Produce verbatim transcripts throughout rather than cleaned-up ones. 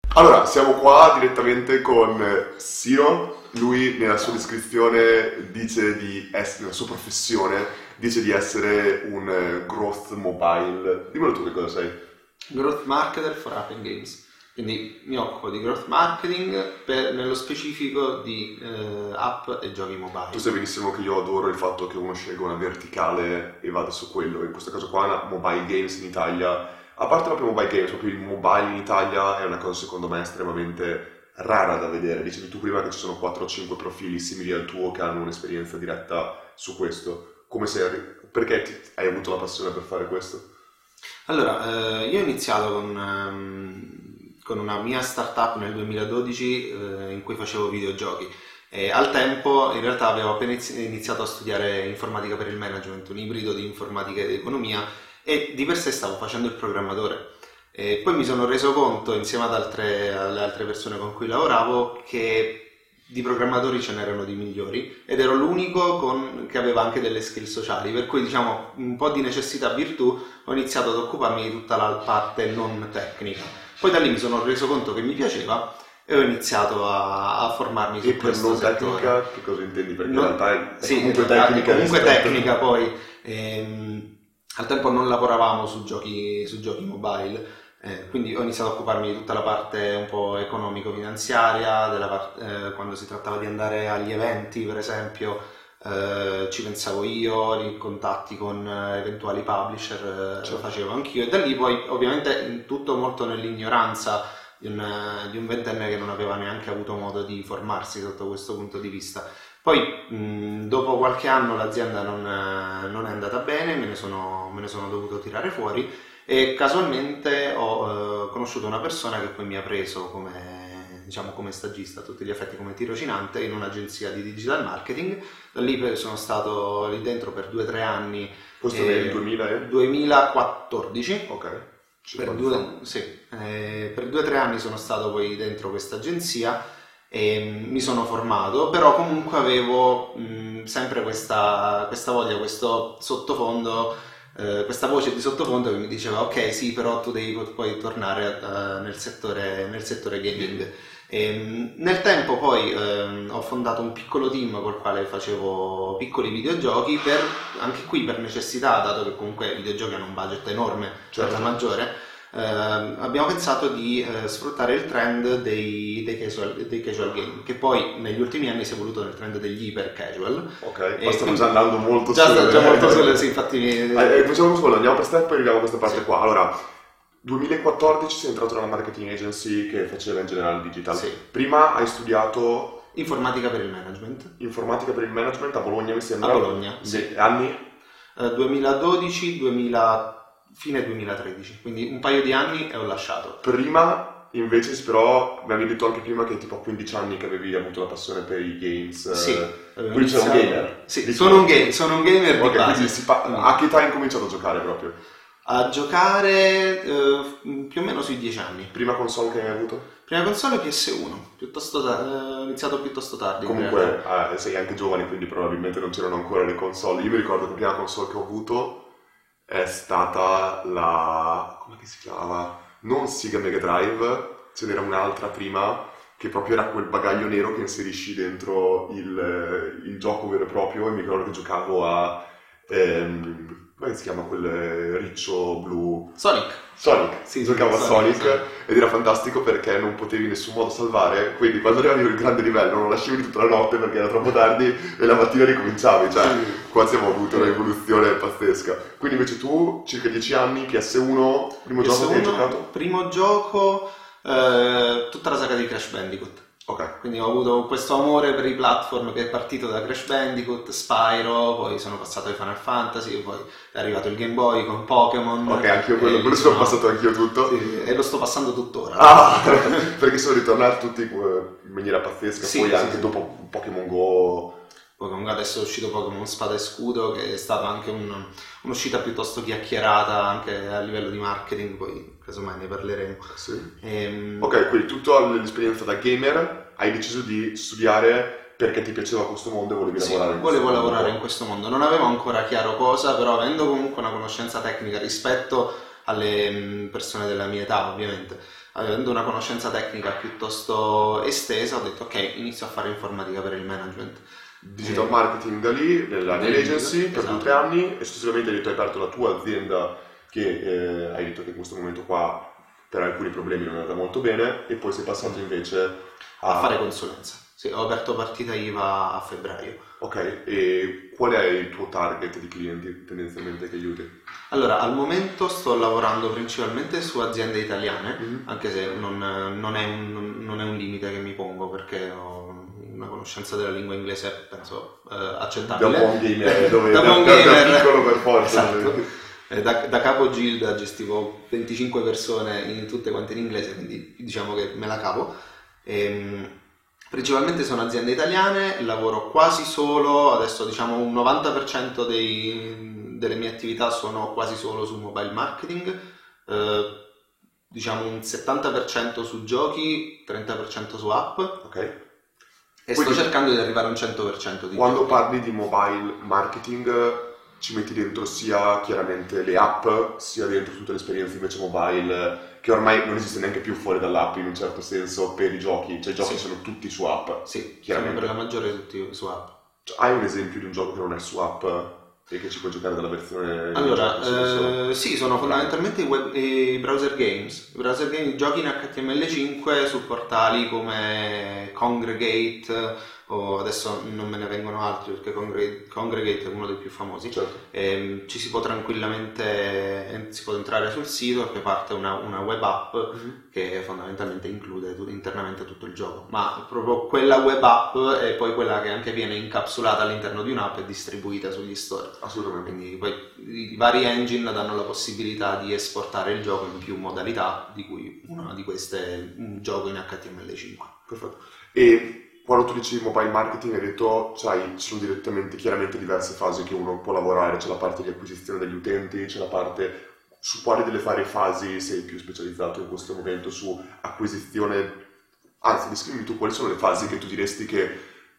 Allora, siamo qua direttamente con Siro. Lui nella sua descrizione dice di essere, nella sua professione, dice di essere un growth mobile. Dimmelo tu che cosa sei. Growth marketer for app and games. Quindi mi occupo di growth marketing per, nello specifico di eh, app e giochi mobile. Tu sai benissimo che io adoro il fatto che uno scelga una verticale e vada su quello. In questo caso qua, mobile games in Italia, a parte proprio mobile games, proprio il mobile in Italia è una cosa secondo me estremamente rara da vedere. Dicevi tu prima che ci sono quattro o cinque profili simili al tuo che hanno un'esperienza diretta su questo. Come sei, perché ti, hai avuto la passione per fare questo? Allora, eh, io ho iniziato con, um, con una mia startup nel duemiladodici eh, in cui facevo videogiochi. E al tempo in realtà avevo appena iniziato a studiare informatica per il management, un ibrido di informatica ed economia, e di per sé stavo facendo il programmatore. E poi mi sono reso conto, insieme ad altre, alle altre persone con cui lavoravo, che di programmatori ce n'erano di migliori ed ero l'unico con, che aveva anche delle skill sociali, per cui diciamo un po' di necessità virtù ho iniziato ad occuparmi di tutta la parte non tecnica. Poi da lì mi sono reso conto che mi piaceva e ho iniziato a, a formarmi su e questo non settore. Tecnica, che cosa intendi? Perché non, in realtà è sì, comunque in realtà tecnica. È comunque rispetto... tecnica poi. Ehm, al tempo non lavoravamo su giochi, su giochi mobile. Eh, quindi ho iniziato a occuparmi di tutta la parte un po' economico-finanziaria, della part- eh, quando si trattava di andare agli eventi per esempio, eh, ci pensavo io, i contatti con eh, eventuali publisher, eh, Certo. lo facevo anch'io, e da lì poi ovviamente tutto molto nell'ignoranza di un, di un ventenne che non aveva neanche avuto modo di formarsi sotto questo punto di vista. Poi mh, dopo qualche anno l'azienda non, non è andata bene, me ne sono, me ne sono dovuto tirare fuori e casualmente ho eh, conosciuto una persona che poi mi ha preso come, diciamo, come stagista a tutti gli effetti, come tirocinante in un'agenzia di digital marketing. Da lì sono stato lì dentro per due o tre anni. Questo eh, nel duemila e? duemilaquattordici. Ok. Per due, sì, eh, per due o tre anni sono stato poi dentro questa agenzia e mi sono formato, però comunque avevo mh, sempre questa, questa voglia, questo sottofondo, eh, questa voce di sottofondo che mi diceva ok sì, però tu devi poi tornare uh, nel settore, nel settore gaming. E, mh, nel tempo poi eh, ho fondato un piccolo team col quale facevo piccoli videogiochi, per, anche qui per necessità, dato che comunque i videogiochi hanno un budget enorme, certo. Per la maggiore. Uh, abbiamo pensato di uh, sfruttare il trend dei, dei, casual, dei casual game, che poi negli ultimi anni si è evoluto nel trend degli iper casual. Ok, ma stiamo già andando molto già, sulle... già molto sulle, sì, infatti eh, facciamo solo, andiamo per step e poi arriviamo a questa parte sì. qua. Allora, duemilaquattordici sei entrato nella marketing agency che faceva in generale il digital. Sì. Prima hai studiato... Informatica per il management. Informatica per il management a Bologna, mi sembra. A Bologna, sì. Anni? Uh, duemiladodici, duemila... fine duemilatredici, quindi un paio di anni e ho lasciato. Prima invece però mi avevi detto anche prima che tipo a quindici anni che avevi avuto la passione per i games. Sì, quindi sei un gamer. Sì, sono un, ga- sono un gamer okay, di base. Quindi si pa- a che età hai cominciato a giocare proprio? A giocare eh, più o meno sui dieci anni. Prima console che hai avuto? Prima console P S uno, piuttosto ta- ho iniziato piuttosto tardi. Comunque eh, sei anche giovane, quindi probabilmente non c'erano ancora le console. Io mi ricordo che la prima console che ho avuto è stata la... come si chiamava? Non Sega Mega Drive, ce n'era un'altra prima che proprio era quel bagaglio nero che inserisci dentro il, il gioco vero e proprio, e mi ricordo che giocavo a... Ehm, come si chiama quel riccio blu? Sonic. Sonic, sì, giocavo sì, a Sonic, Sonic ed era fantastico perché non potevi in nessun modo salvare, quindi quando arrivavi al grande livello non lasciavi tutta la notte perché era troppo tardi e la mattina ricominciavi, cioè sì. Qua abbiamo avuto un'evoluzione pazzesca. Quindi invece tu, circa dieci anni, P S uno, primo P S uno, gioco che hai giocato? Primo gioco, eh, tutta la saga di Crash Bandicoot. Ok. Quindi ho avuto questo amore per i platform che è partito da Crash Bandicoot, Spyro, poi sono passato ai Final Fantasy, poi è arrivato il Game Boy con Pokémon. Ok, anch'io quello, quello sono passato anch'io tutto. Sì, e lo sto passando tuttora. Ah, perché sono ritornati tutti in maniera pazzesca, sì, poi sì, anche sì. dopo Pokémon Go... Pokémon Go adesso è uscito Pokémon Spada e Scudo, che è stata anche un, un'uscita piuttosto chiacchierata anche a livello di marketing, poi casomai ne parleremo. Sì. Ehm... Ok, quindi tutta l'esperienza da gamer hai deciso di studiare perché ti piaceva questo mondo e volevi sì, lavorare in volevo questo lavorare mondo. in questo mondo. Non avevo ancora chiaro cosa, però avendo comunque una conoscenza tecnica rispetto alle persone della mia età, ovviamente, avendo una conoscenza tecnica piuttosto estesa, ho detto ok, inizio a fare informatica per il management. Digital e... marketing da lì, nella Mail Agency, per esatto. due o tre anni, e successivamente hai detto hai aperto la tua azienda che eh, hai detto che in questo momento qua per alcuni problemi non è andata molto bene, e poi sei passato invece a, a fare consulenza. Sì, ho aperto partita I V A a febbraio. Ok, e qual è il tuo target di clienti tendenzialmente che aiuti? Allora, al momento sto lavorando principalmente su aziende italiane, mm-hmm. anche se non, non, è un, non è un limite che mi pongo, perché ho una conoscenza della lingua inglese, penso, eh, accettabile. Da buon gamer, dove da, da, buon da, gamer. da piccolo per forza. Esatto. Da, da capo Gilda gestivo venticinque persone in tutte quante in inglese, quindi diciamo che me la cavo. E, principalmente sono aziende italiane, lavoro quasi solo, adesso diciamo un novanta per cento dei, delle mie attività sono quasi solo su mobile marketing, eh, diciamo un settanta per cento su giochi, trenta per cento su app. Ok. E Quindi, sto cercando di arrivare a un cento per cento di quando giochi. Parli di mobile marketing ci metti dentro sia chiaramente le app, sia dentro tutte le esperienze invece mobile, che ormai non esiste neanche più fuori dall'app in un certo senso per i giochi, cioè i giochi sì. sono tutti su app. Sì, chiaramente. Per la maggiore tutti su app. Cioè, hai un esempio di un gioco che non è su app e che ci puoi giocare dalla versione... Allora, eh, sì, sono fondamentalmente i, web, i browser games. I browser games, giochi in H T M L cinque su portali come Congregate, o adesso non me ne vengono altri perché Congregate, Congregate è uno dei più famosi. Certo. E, ci si può tranquillamente, si può entrare sul sito perché parte una, una web app mm-hmm. che fondamentalmente include tutto, internamente tutto il gioco, ma proprio quella web app è poi quella che anche viene incapsulata all'interno di un'app e distribuita sugli store. Assolutamente. Quindi poi i vari engine danno la possibilità di esportare il gioco in più modalità, di cui una di queste è un gioco in H T M L cinque. Perfetto. E quando tu dici mobile marketing hai detto c'hai, ci sono direttamente chiaramente diverse fasi che uno può lavorare, c'è la parte di acquisizione degli utenti, c'è la parte su quali delle varie fasi sei più specializzato in questo momento, su acquisizione, anzi descrivimi tu quali sono le fasi che tu diresti che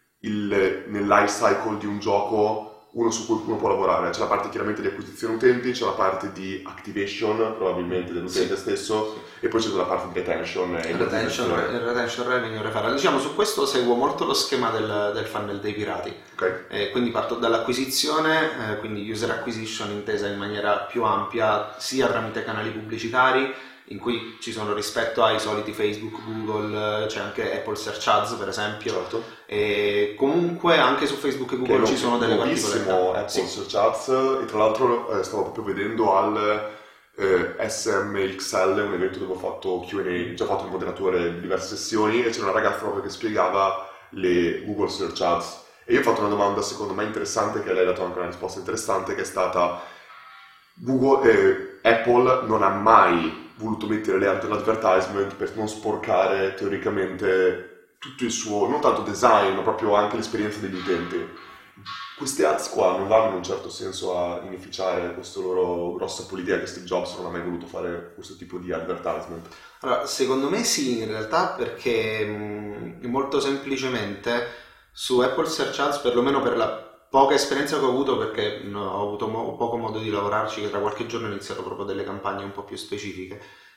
il, nel life cycle di un gioco uno su cui uno può lavorare. C'è la parte chiaramente di acquisizione utenti, c'è la parte di activation probabilmente dell'utente sì. stesso sì. e poi c'è la parte di retention e retention, retention revenue referral. Diciamo su questo seguo molto lo schema del, del funnel dei pirati. Okay. Eh, quindi parto dall'acquisizione, eh, quindi user acquisition intesa in maniera più ampia sia tramite canali pubblicitari in cui ci sono rispetto ai soliti Facebook, Google, c'è anche Apple Search Ads per esempio, certo. e comunque anche su Facebook e Google ci sono delle particolarità. Apple sì. Search Ads, e tra l'altro eh, stavo proprio vedendo al eh, S M X L, un evento dove ho fatto Q and A, già fatto il moderatore di diverse sessioni, e c'era una ragazza proprio che spiegava le Google Search Ads, e io ho fatto una domanda secondo me interessante, che lei ha dato anche una risposta interessante, che è stata Google, eh, Apple non ha mai voluto mettere le advertisement per non sporcare teoricamente tutto il suo, non tanto design, ma proprio anche l'esperienza degli utenti. Queste ads qua non vanno in un certo senso a inficiare questa loro grossa politica che Steve Jobs non ha mai voluto fare questo tipo di advertisement? Allora, secondo me sì, in realtà, perché mh, molto semplicemente su Apple Search Ads, perlomeno per la poca esperienza che ho avuto, perché no, ho avuto mo- poco modo di lavorarci, che tra qualche giorno ho iniziato proprio delle campagne un po' più specifiche,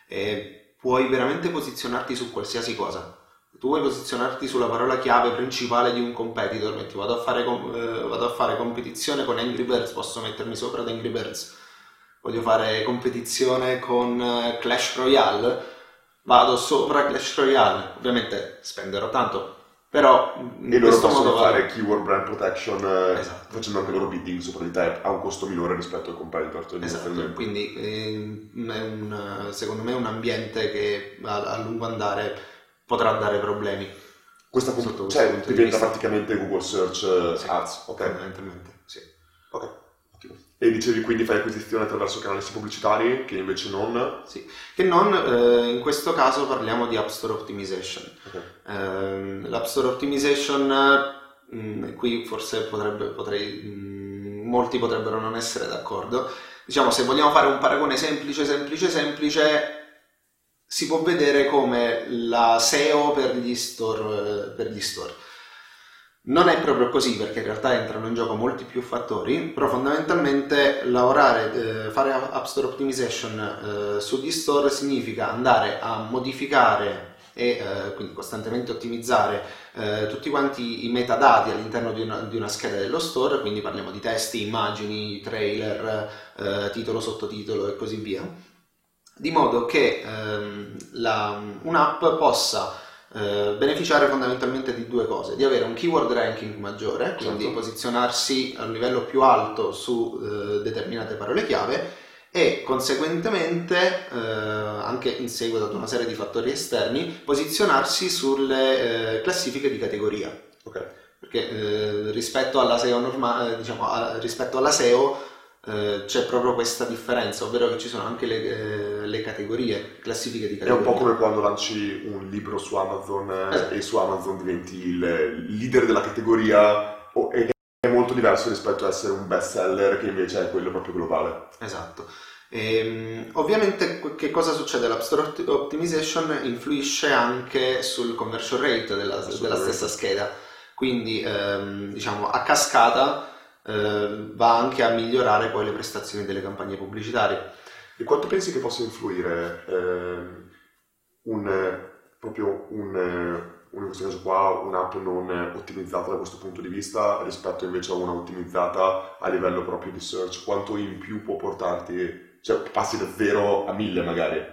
e puoi veramente posizionarti su qualsiasi cosa. Tu vuoi posizionarti sulla parola chiave principale di un competitor, metti vado a fare, com- eh, vado a fare competizione con Angry Birds, posso mettermi sopra ad Angry Birds. Voglio fare competizione con uh, Clash Royale, vado sopra Clash Royale. Ovviamente spenderò tanto, però in e loro questo possono modo fare vado... keyword brand protection eh, esatto. facendo anche loro bidding sopra di te a un costo minore rispetto al competitor. Esatto, quindi eh, è un, secondo me è un ambiente che a, a lungo andare potrà dare problemi. Questa comp- cioè diventa praticamente Google Search sì, Ads, ok? Fondamentalmente, sì. Ok, ottimo. E dicevi quindi fai acquisizione attraverso canali pubblicitari, che invece non? Sì, che non, eh, in questo caso parliamo di App Store Optimization. Okay. Eh, L'App Store Optimization, mh, qui forse potrebbe, potrei, mh, molti potrebbero non essere d'accordo. Diciamo, se vogliamo fare un paragone semplice, semplice, semplice, si può vedere come la S E O per gli store. Per gli store. Non è proprio così, perché in realtà entrano in gioco molti più fattori, però fondamentalmente lavorare, eh, fare App Store Optimization eh, sugli store significa andare a modificare e eh, quindi costantemente ottimizzare eh, tutti quanti i metadati all'interno di una, di una scheda dello store, quindi parliamo di testi, immagini, trailer, eh, titolo, sottotitolo e così via, di modo che ehm, la, un'app possa eh, beneficiare fondamentalmente di due cose: di avere un keyword ranking maggiore, quindi certo, posizionarsi a un livello più alto su eh, determinate parole chiave, e conseguentemente, eh, anche in seguito ad una serie di fattori esterni, posizionarsi sulle eh, classifiche di categoria. Okay. Perché eh, rispetto alla S E O normale, diciamo, a, rispetto alla S E O eh, c'è proprio questa differenza, ovvero che ci sono anche le, eh, le categorie, classifiche di categoria. È un po' come quando lanci un libro su Amazon eh, e su Amazon diventi il leader della categoria, o, e è molto diverso rispetto a essere un best seller, che invece è quello proprio globale. Esatto. E, ovviamente che cosa succede? L'App Store Optimization influisce anche sul conversion rate della, della stessa scheda, quindi ehm, diciamo a cascata eh, va anche a migliorare poi le prestazioni delle campagne pubblicitarie. E quanto pensi che possa influire eh, un, proprio un... in questo caso qua un'app non ottimizzata da questo punto di vista rispetto invece a una ottimizzata a livello proprio di search? Quanto in più può portarti, cioè passi da zero a mille magari?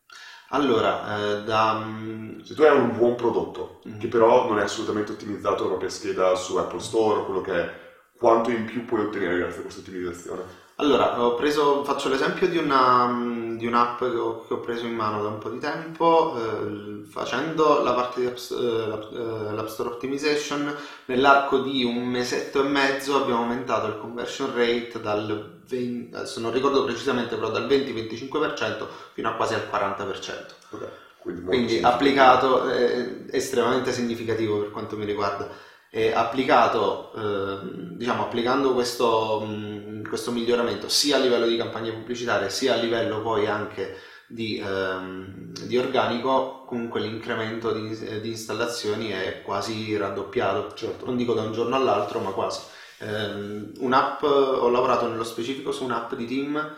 Allora, eh, da... se tu hai un buon prodotto mm-hmm. che però non è assolutamente ottimizzato la propria scheda su Apple Store o quello che è, quanto in più puoi ottenere grazie a questa ottimizzazione? Allora, ho preso, faccio l'esempio di, una, di un'app che ho, che ho preso in mano da un po' di tempo, eh, facendo la parte di App, eh, l'App Store Optimization, nell'arco di un mesetto e mezzo abbiamo aumentato il conversion rate dal venti, adesso non ricordo precisamente, però dal venti-venticinque per cento fino a quasi al quaranta per cento. Okay. Quindi, Quindi applicato, eh, estremamente significativo per quanto mi riguarda. E applicato, eh, diciamo, applicando questo, mh, questo miglioramento sia a livello di campagne pubblicitarie sia a livello poi anche di, ehm, di organico, comunque l'incremento di, di installazioni è quasi raddoppiato, certo. Non dico da un giorno all'altro, ma quasi. Eh, un'app, ho lavorato nello specifico su un'app di Team,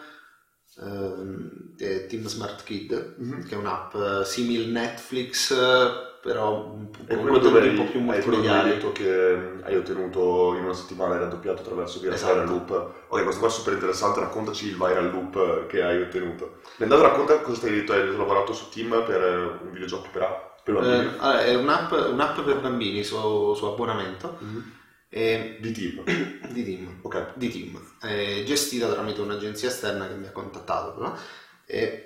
eh, Team Smart Kid, mm-hmm. che è un'app simil Netflix, però un po', è quello dove un po' più multimediale. Hai detto che hai ottenuto in una settimana, hai raddoppiato attraverso il esatto. viral loop. Ok, questo qua è super interessante, raccontaci il viral loop che hai ottenuto. Intanto racconta cosa ti hai detto, hai lavorato su Team per un videogioco per, per bambini? Eh, allora, è un'app, un'app per bambini su, su abbonamento. Mm-hmm. E, di Team? di Team, okay. di Team. È gestita tramite un'agenzia esterna che mi ha contattato, però. E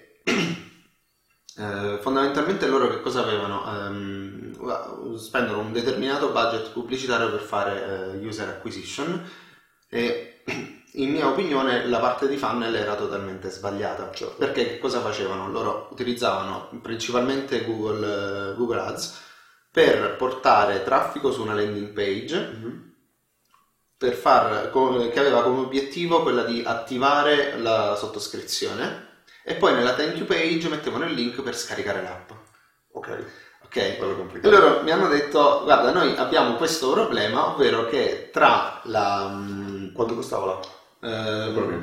Eh, fondamentalmente loro che cosa avevano? Um, spendono un determinato budget pubblicitario per fare uh, user acquisition e in mia opinione la parte di funnel era totalmente sbagliata, certo. Perché che cosa facevano? Loro utilizzavano principalmente Google, uh, Google Ads per portare traffico su una landing page mm-hmm. per far, che aveva come obiettivo quella di attivare la sottoscrizione. E poi nella thank you page mettevano il link per scaricare l'app. Ok. Ok. E loro mi hanno detto: guarda, noi abbiamo questo problema, ovvero che tra la... Quanto costava l'app? Eh,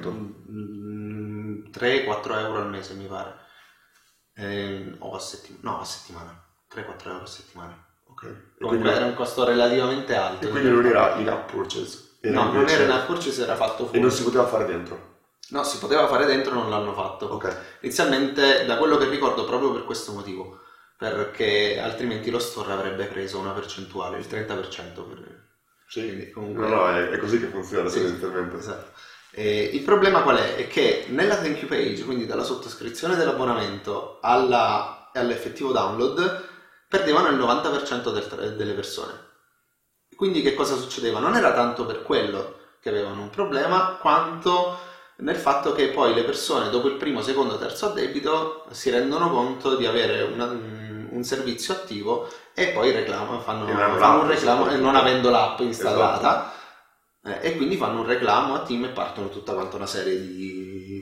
tre quattro euro al mese mi pare. Eh, o a settimana. No, a settimana. tre quattro euro a settimana. Ok. Comunque quindi era un costo relativamente alto. E quindi non era in app purchase? No, invece... non era in app purchase, era fatto fuori. E non si poteva fare dentro? No, si poteva fare dentro, non l'hanno fatto. Okay. Inizialmente, da quello che ricordo, proprio per questo motivo, perché altrimenti lo store avrebbe preso una percentuale, il trenta per cento. Per... Sì, quindi, comunque... no, no, è, è così che funziona sì, tendenzialmente. Esatto. E il problema qual è? È che nella thank you page, quindi dalla sottoscrizione dell'abbonamento alla, all'effettivo download, perdevano il novanta per cento del, delle persone. Quindi che cosa succedeva? Non era tanto per quello che avevano un problema, quanto nel fatto che poi le persone dopo il primo, secondo, terzo addebito si rendono conto di avere una, un servizio attivo e poi reclamo, fanno, fanno un reclamo e non avendo l'app installata, esatto. eh, e quindi fanno un reclamo a Team e partono tutta quanta una serie di,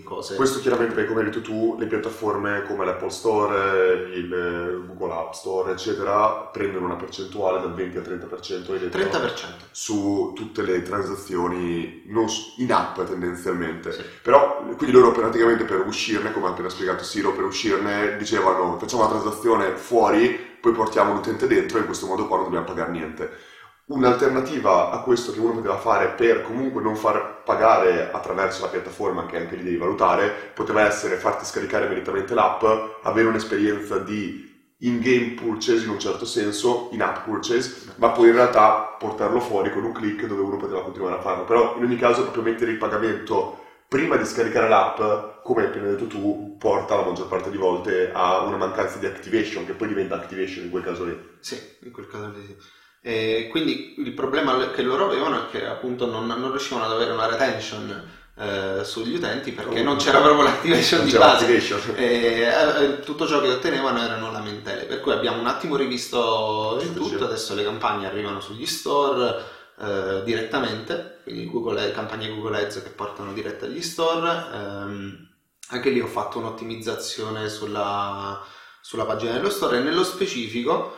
cose. Questo chiaramente, come hai detto tu, le piattaforme come l'Apple Store, il Google App Store, eccetera, prendono una percentuale dal venti al trenta per cento, hai detto, trenta per cento su tutte le transazioni non su- in app tendenzialmente. Sì. Però, quindi loro praticamente per uscirne, come ha appena spiegato Siro, per uscirne dicevano facciamo una transazione fuori, poi portiamo l'utente dentro e in questo modo qua non dobbiamo pagare niente. Un'alternativa a questo che uno poteva fare per comunque non far pagare attraverso la piattaforma, che anche lì devi valutare, poteva essere farti scaricare immediatamente l'app, avere un'esperienza di in-game purchase in un certo senso, in-app purchase, ma poi in realtà portarlo fuori con un click dove uno poteva continuare a farlo. Però in ogni caso proprio mettere il pagamento prima di scaricare l'app, come hai appena detto tu, porta la maggior parte di volte a una mancanza di activation, che poi diventa activation in quel caso lì. Sì, in quel caso lì sì. E quindi il problema che loro avevano è che appunto non, non riuscivano ad avere una retention eh, sugli utenti perché Oh, non c'era proprio l'activation non di c'era base l'activation. e eh, tutto ciò che ottenevano erano lamentele, per cui abbiamo un attimo rivisto il tutto. Adesso le campagne arrivano sugli store eh, direttamente, quindi Google, campagne Google Ads che portano diretta agli store. ehm, anche lì ho fatto un'ottimizzazione sulla, sulla pagina dello store e nello specifico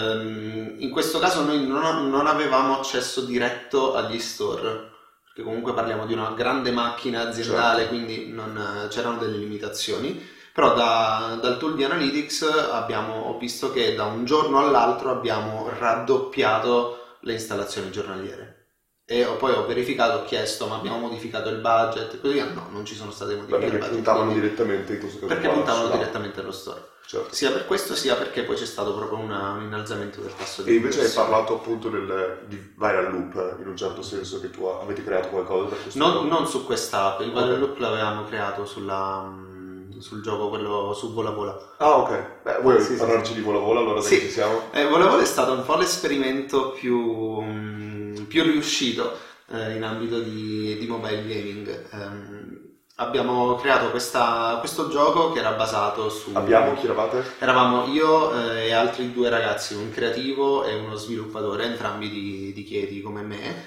in questo caso noi non, non avevamo accesso diretto agli store, perché comunque parliamo di una grande macchina aziendale, certo. Quindi non, c'erano delle limitazioni, però da, dal tool di Analytics abbiamo, ho visto che da un giorno all'altro abbiamo raddoppiato le installazioni giornaliere e ho, poi ho verificato, ho chiesto ma abbiamo modificato il budget e così via. No, non ci sono state modifiche. Perché budget, puntavano quindi, direttamente in questo caso perché qua, puntavano sulla- direttamente allo store. Certo. Sia per questo sia perché poi c'è stato proprio una, un innalzamento del tasso di E invece hai conversione. parlato appunto del, di viral loop, in un certo senso, che tu avete creato qualcosa per questo non, gioco. non su quest'app, il viral Ok. loop l'avevamo creato sulla, mm, sul gioco quello su Vola Vola. Ah, ok. Beh, vuoi Sì, sì. parlarci di Vola Vola, allora da Sì. che ci siamo? Eh, Vola Vola è stato un po' l'esperimento più, mm, più riuscito eh, in ambito di, di mobile gaming. Ehm, abbiamo creato questa, questo gioco che era basato su... Abbiamo, chi eravate? Eravamo io eh, e altri due ragazzi, un creativo e uno sviluppatore, entrambi di, di Chieti come me.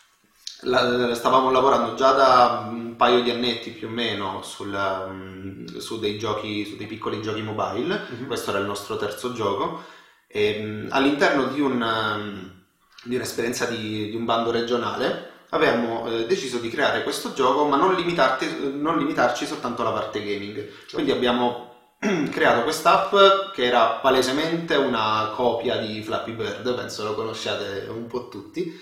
La, stavamo lavorando già da un paio di annetti più o meno sulla, mh, su dei giochi, su dei piccoli giochi mobile. Mhm. Questo era il nostro terzo gioco. E, mh, all'interno di, un, um, di un'esperienza di, di un bando regionale avevamo eh, deciso di creare questo gioco, ma non, limitarti, non limitarci soltanto alla parte gaming. Certo. Quindi abbiamo creato quest'app che era palesemente una copia di Flappy Bird, penso lo conosciate un po' tutti,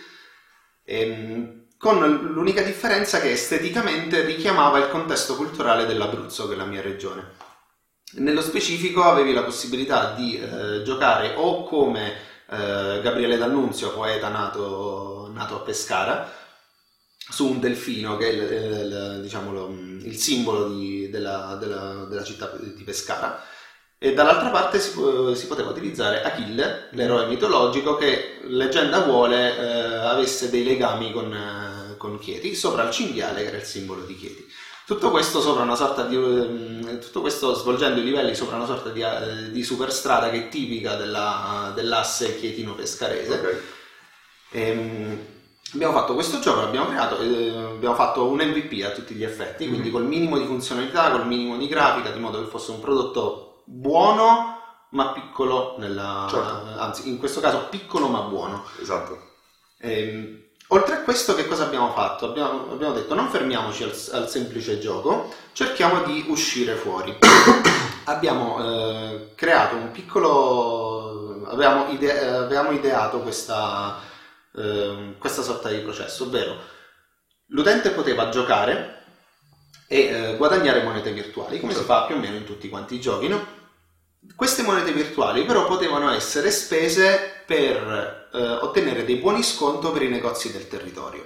ehm, con l'unica differenza che esteticamente richiamava il contesto culturale dell'Abruzzo, che è la mia regione. Nello specifico avevi la possibilità di eh, giocare o come eh, Gabriele D'Annunzio, poeta nato, nato a Pescara, su un delfino che è il, il, diciamo, lo, il simbolo di, della, della, della città di Pescara, e dall'altra parte si, si poteva utilizzare Achille, l'eroe mitologico che leggenda vuole eh, avesse dei legami con, eh, con Chieti, sopra il cinghiale che era il simbolo di Chieti. Tutto questo sopra una sorta di um, tutto questo svolgendo i livelli sopra una sorta di, uh, di superstrada che è tipica della, dell'asse chietino-pescarese. Ok. Ehm, Abbiamo fatto questo gioco, l'abbiamo creato, eh, abbiamo fatto un M V P a tutti gli effetti, quindi Mhm. col minimo di funzionalità, col minimo di grafica, di modo che fosse un prodotto buono ma piccolo, nella, Certo. anzi in questo caso piccolo ma buono. Esatto. Ehm, oltre a questo che cosa abbiamo fatto? Abbiamo, abbiamo detto non fermiamoci al, al semplice gioco, cerchiamo di uscire fuori. Abbiamo eh, creato un piccolo, abbiamo, ide- abbiamo ideato questa... Uh, questa sorta di processo, ovvero l'utente poteva giocare e uh, guadagnare monete virtuali, come si fa più o meno in tutti quanti i giochi, no? Queste monete virtuali però potevano essere spese per uh, ottenere dei buoni sconto per i negozi del territorio,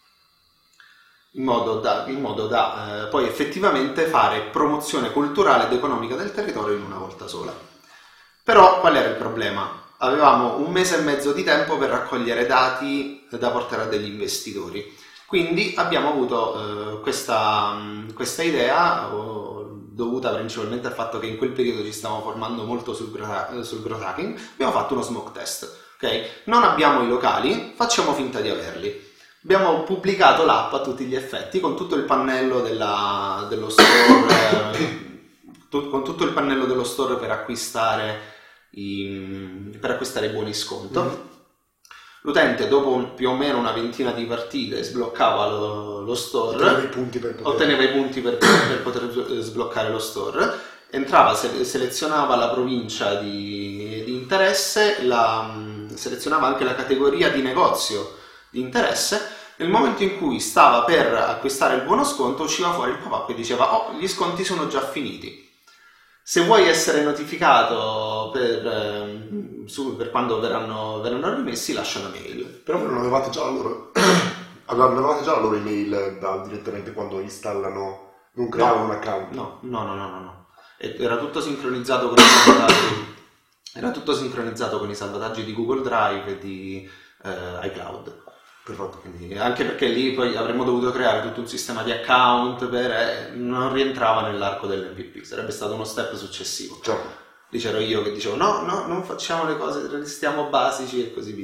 in modo da, in modo da uh, poi effettivamente fare promozione culturale ed economica del territorio in una volta sola. Però qual era il problema? Avevamo un mese e mezzo di tempo per raccogliere dati da portare a degli investitori. Quindi abbiamo avuto eh, questa, questa idea oh, dovuta principalmente al fatto che in quel periodo ci stavamo formando molto sul, growth, sul growth hacking. Abbiamo fatto uno smoke test. Okay? Non abbiamo i locali, facciamo finta di averli. abbiamo pubblicato l'app a tutti gli effetti con tutto il pannello della, dello store, eh, tu, con tutto il pannello dello store per acquistare i, per acquistare i buoni sconto. Mm-hmm. L'utente dopo più o meno una ventina di partite sbloccava lo, lo store, otteneva i punti per poter, otteneva i punti per, per poter sbloccare lo store, entrava, se, selezionava la provincia di, di interesse, la, selezionava anche la categoria di negozio di interesse. Nel momento in cui stava per acquistare il buono sconto usciva fuori il pop-up e diceva: oh, gli sconti sono già finiti. Se vuoi essere notificato per, eh, su, per quando verranno, verranno rimessi, lascia una mail. Però non avevate già la loro, avevate già la loro email da, direttamente quando installano, non creavano no, un account? No, no, no, no, no, no. Era tutto sincronizzato con i salvataggi, era tutto sincronizzato con i salvataggi di Google Drive e di eh, iCloud. Perfetto. Quindi, anche perché lì poi avremmo dovuto creare tutto un sistema di account, per, eh, non rientrava nell'arco dell'M V P, sarebbe stato uno step successivo. Certo. Lì c'ero io che dicevo no, no, non facciamo le cose, restiamo basici e così via.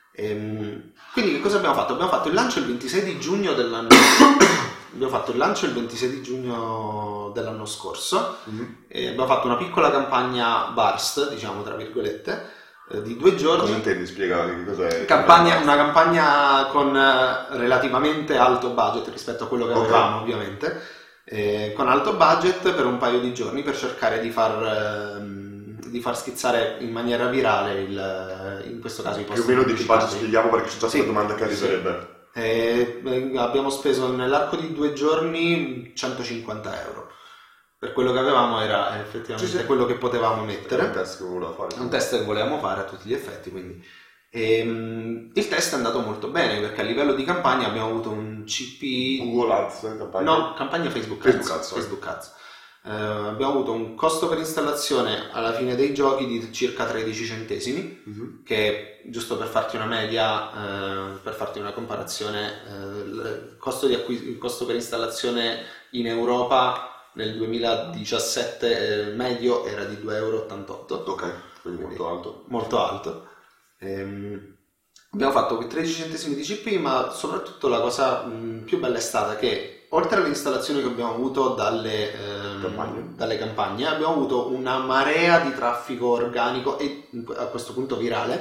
Ehm, quindi che cosa abbiamo fatto? Abbiamo fatto il lancio il ventisei di giugno dell'anno abbiamo fatto il lancio il ventisei di giugno dell'anno scorso. Mm-hmm. E abbiamo fatto una piccola campagna burst, diciamo tra virgolette, di due giorni. Cosa intendi? Spiega che cos'è? Campagna, una campagna con relativamente alto budget rispetto a quello che avevamo, okay, ovviamente, eh, con alto budget per un paio di giorni per cercare di far, ehm, di far schizzare in maniera virale il, in questo caso i posti. Più o meno di che budget spieghiamo, perché c'è già sì, questa domanda che arriverebbe. Sì. Eh, abbiamo speso nell'arco di due giorni centocinquanta euro. Per quello che avevamo era effettivamente sì, sì. quello che potevamo mettere. Un test che volevamo fare. Un test che volevamo fare a tutti gli effetti, quindi. E, um, il test è andato molto bene perché a livello di campagna abbiamo avuto un C P... Google Ads, campagna? No, campagna Facebook Ads. Facebook Ads. Facebook Ads. Uh, abbiamo avuto un costo per installazione alla fine dei giochi di circa tredici centesimi, uh-huh. che giusto per farti una media, uh, per farti una comparazione, uh, il, costo di acquis- il costo per installazione in Europa nel duemiladiciassette eh, medio era di due virgola ottantotto euro. Ok, quindi molto alto. Molto alto. Ehm, abbiamo fatto tredici centesimi di C P, ma soprattutto la cosa mh, più bella è stata che oltre alle installazioni che abbiamo avuto dalle, ehm, campagne. dalle campagne, abbiamo avuto una marea di traffico organico e a questo punto virale,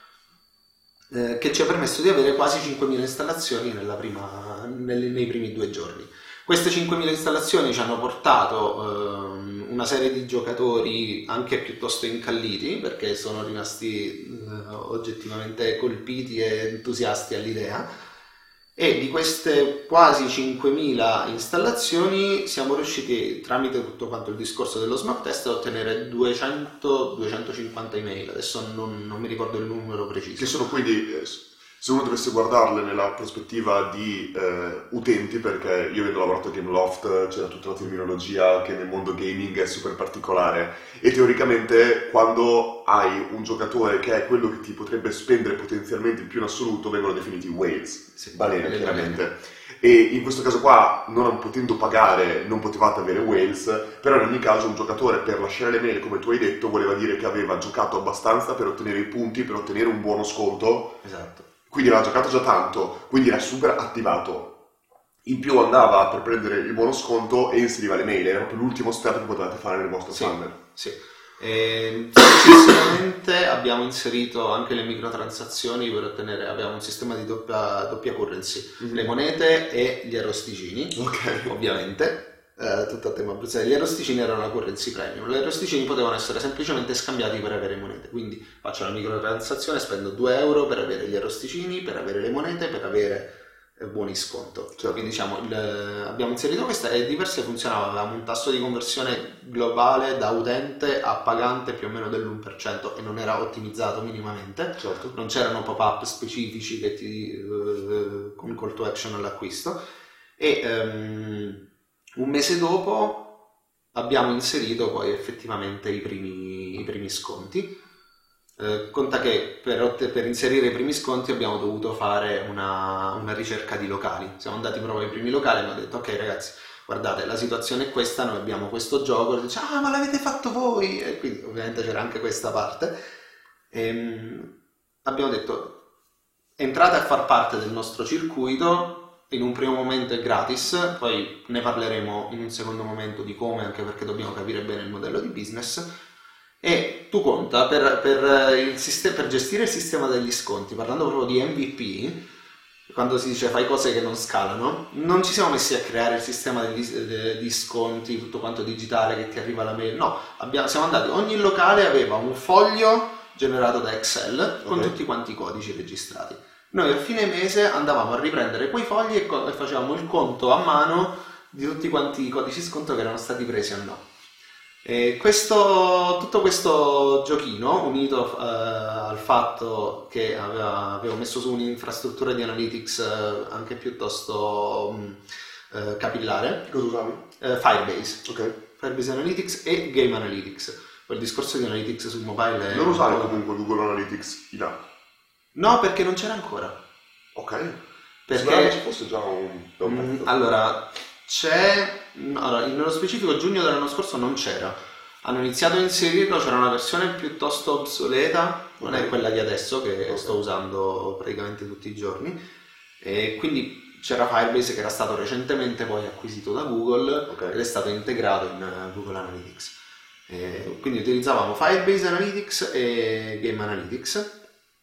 eh, che ci ha permesso di avere quasi cinquemila installazioni nella prima, nel, nei primi due giorni. Queste cinquemila installazioni ci hanno portato ehm, una serie di giocatori anche piuttosto incalliti, perché sono rimasti eh, oggettivamente colpiti e entusiasti all'idea, e di queste quasi cinquemila installazioni siamo riusciti, tramite tutto quanto il discorso dello smart test, a ottenere duecento duecentocinquanta email. Adesso non, non mi ricordo il numero preciso. Che sono quindi... Se uno dovesse guardarle nella prospettiva di eh, utenti, perché io avendo lavorato a Gameloft c'era tutta la terminologia che nel mondo gaming è super particolare, e teoricamente quando hai un giocatore che è quello che ti potrebbe spendere potenzialmente il più in assoluto vengono definiti whales, sì, balene chiaramente. E in questo caso qua, non potendo pagare, non potevate avere whales, però in ogni caso un giocatore per lasciare le mail, come tu hai detto, voleva dire che aveva giocato abbastanza per ottenere i punti, per ottenere un buono sconto. Esatto. Quindi aveva giocato già tanto, quindi era super attivato. In più andava per prendere il buono sconto e inseriva le mail, era proprio l'ultimo step che potevate fare nel vostro sì, funnel. Sì. E successivamente abbiamo inserito anche le microtransazioni per ottenere, abbiamo un sistema di doppia, doppia currency, mm-hmm. le monete e gli arrosticini, okay. ovviamente. Uh, tutto a tema abruzzese. Gli arrosticini erano la currency premium. Gli arrosticini potevano essere semplicemente scambiati per avere monete, quindi faccio una microtransazione, spendo due euro per avere gli arrosticini, per avere le monete, per avere eh, buoni sconto. Certo. Quindi diciamo il, abbiamo inserito questa e diverse funzionava. Avevamo un tasso di conversione globale da utente a pagante più o meno dell'uno per cento e non era ottimizzato minimamente. Certo. Non c'erano pop-up specifici che ti uh, con call to action all'acquisto. E um, un mese dopo abbiamo inserito poi effettivamente i primi, i primi sconti. Eh, conta che per, per inserire i primi sconti abbiamo dovuto fare una, una ricerca di locali. Siamo andati proprio ai primi locali e abbiamo detto: ok ragazzi, guardate, la situazione è questa, noi abbiamo questo gioco. E dice: ah, ma l'avete fatto voi! E quindi ovviamente c'era anche questa parte. E, abbiamo detto: entrate a far parte del nostro circuito. In un primo momento è gratis, poi ne parleremo in un secondo momento di come, anche perché dobbiamo capire bene il modello di business. E tu conta per, per, il sistema, per gestire il sistema degli sconti, parlando proprio di M V P, quando si dice fai cose che non scalano, non ci siamo messi a creare il sistema di sconti, tutto quanto digitale che ti arriva la mail, no, abbiamo, siamo andati, ogni locale aveva un foglio generato da Excel con okay. tutti quanti i codici registrati. Noi a fine mese andavamo a riprendere quei fogli e, co- e facevamo il conto a mano di tutti quanti i codici sconto che erano stati presi o no. E questo, tutto questo giochino, unito eh, al fatto che aveva, avevo messo su un'infrastruttura di analytics eh, anche piuttosto mh, eh, capillare. Cosa usavi? Eh, Firebase. Ok. Firebase Analytics e Game Analytics. Quel discorso di Analytics sul mobile è... Non usare comunque Google Analytics in app? No, perché non c'era ancora. Ok. Perché ci fosse già un... un mh, allora... C'è, allora, nello specifico giugno dell'anno scorso non c'era, hanno iniziato a inserirlo, c'era una versione piuttosto obsoleta, non okay. è quella di adesso che okay. sto usando praticamente tutti i giorni, e quindi c'era Firebase che era stato recentemente poi acquisito da Google okay. ed è stato integrato in Google Analytics, e quindi utilizzavamo Firebase Analytics e Game Analytics.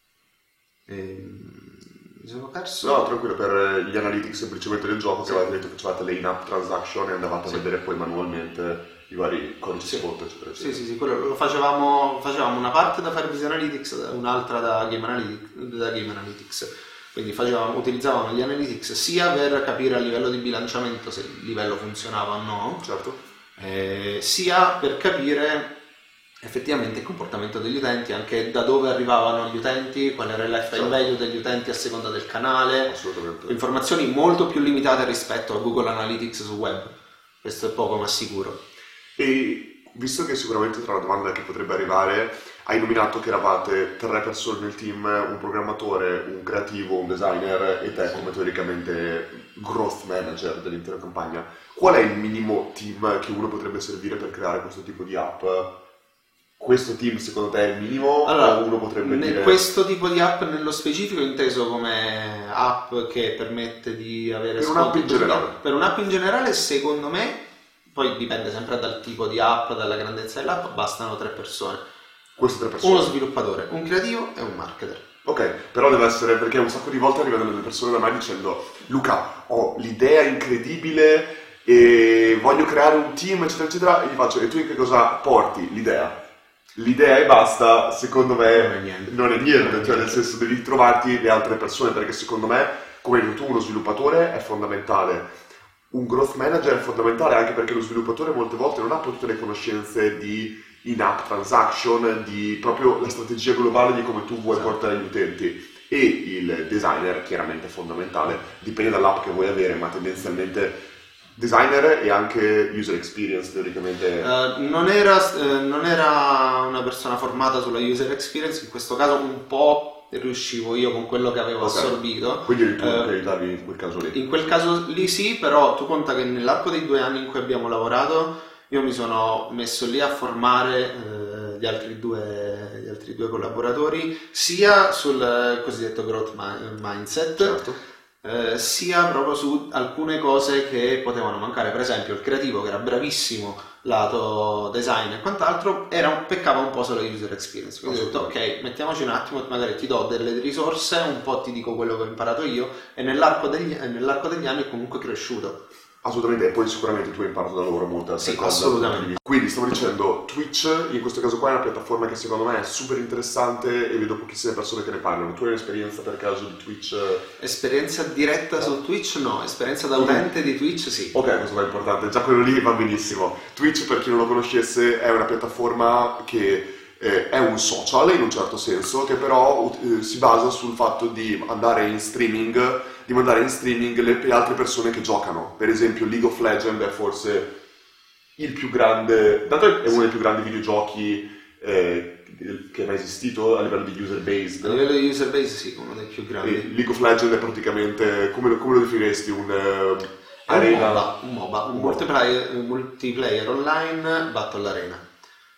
E... mi sono perso. No, tranquillo, per gli analytics semplicemente del gioco, sì. che avevate detto che facevate le in-app transaction e andavate sì. a vedere poi manualmente i vari codici sì. sconto, eccetera, eccetera. Sì, sì, sì, quello lo facevamo, facevamo una parte da Firebase Analytics, un'altra da Game Analytics, da Game Analytics. Quindi facevamo, utilizzavamo gli analytics sia per capire a livello di bilanciamento se il livello funzionava o no, certo. eh, sia per capire effettivamente il comportamento degli utenti, anche da dove arrivavano gli utenti, qual era il lifetime value degli utenti a seconda del canale. Assolutamente. Informazioni molto più limitate rispetto a Google Analytics su web, questo è poco ma sicuro. E visto che sicuramente tra la domanda che potrebbe arrivare, hai nominato che eravate tre persone nel team, un programmatore, un creativo, un designer e te come teoricamente growth manager dell'intera campagna, qual è il minimo team che uno potrebbe servire per creare questo tipo di app? Questo team secondo te è il minimo? Allora, o uno potrebbe dire... questo tipo di app nello specifico inteso come app che permette di avere per un'app in generale. Per un'app in generale secondo me, poi dipende sempre dal tipo di app, dalla grandezza dell'app, bastano tre persone. Queste tre persone? Uno sviluppatore, un creativo e un marketer. Ok, però deve essere, perché un sacco di volte arrivano delle persone da me dicendo Luca, ho l'idea incredibile e voglio creare un team eccetera eccetera, e gli faccio, e tu che cosa porti? L'idea. L'idea e basta, secondo me non è niente, non è niente, cioè nel senso devi trovarti le altre persone, perché secondo me, come hai detto tu, uno sviluppatore è fondamentale, un growth manager è fondamentale anche perché lo sviluppatore molte volte non ha tutte le conoscenze di in-app transaction, di proprio la strategia globale di come tu vuoi portare gli utenti, e il designer chiaramente è fondamentale, dipende dall'app che vuoi avere, ma tendenzialmente designer e anche user experience teoricamente. Uh, non, era, uh, non era una persona formata sulla user experience, in questo caso un po' riuscivo io con quello che avevo okay. assorbito. Quindi eri tu uh, che aiutavi in quel caso lì? In quel caso lì sì, però tu conta che nell'arco dei due anni in cui abbiamo lavorato io mi sono messo lì a formare uh, gli, altri due, gli altri due collaboratori sia sul cosiddetto growth mi- mindset certo. Eh, sia proprio su alcune cose che potevano mancare, per esempio il creativo che era bravissimo lato design e quant'altro, era un, peccava un po' sulla user experience, quindi ho detto ok, mettiamoci un attimo, magari ti do delle risorse, un po' ti dico quello che ho imparato io, e nell'arco degli, nell'arco degli anni è comunque cresciuto. Assolutamente, e poi sicuramente tu hai imparato da loro molte altre sì, cose. Assolutamente. Quindi stavo dicendo, Twitch in questo caso qua è una piattaforma che secondo me è super interessante e vedo pochissime persone che ne parlano. Tu hai un'esperienza per caso di Twitch? Esperienza diretta su Twitch no, esperienza da utente di Twitch sì. Ok, questo è importante, già quello lì va benissimo. Twitch, per chi non lo conoscesse, è una piattaforma che eh, è un social in un certo senso, che però eh, si basa sul fatto di andare in streaming di mandare in streaming le altre persone che giocano. Per esempio League of Legends è forse il più grande, dato è uno dei più grandi videogiochi eh, che è mai esistito a livello di user base. A livello di user base sì, uno dei più grandi. E League of Legends è praticamente, come lo, come lo definiresti? Un uh, arena, un MOBA, un, MOBA, un multiplayer, multiplayer online battle arena.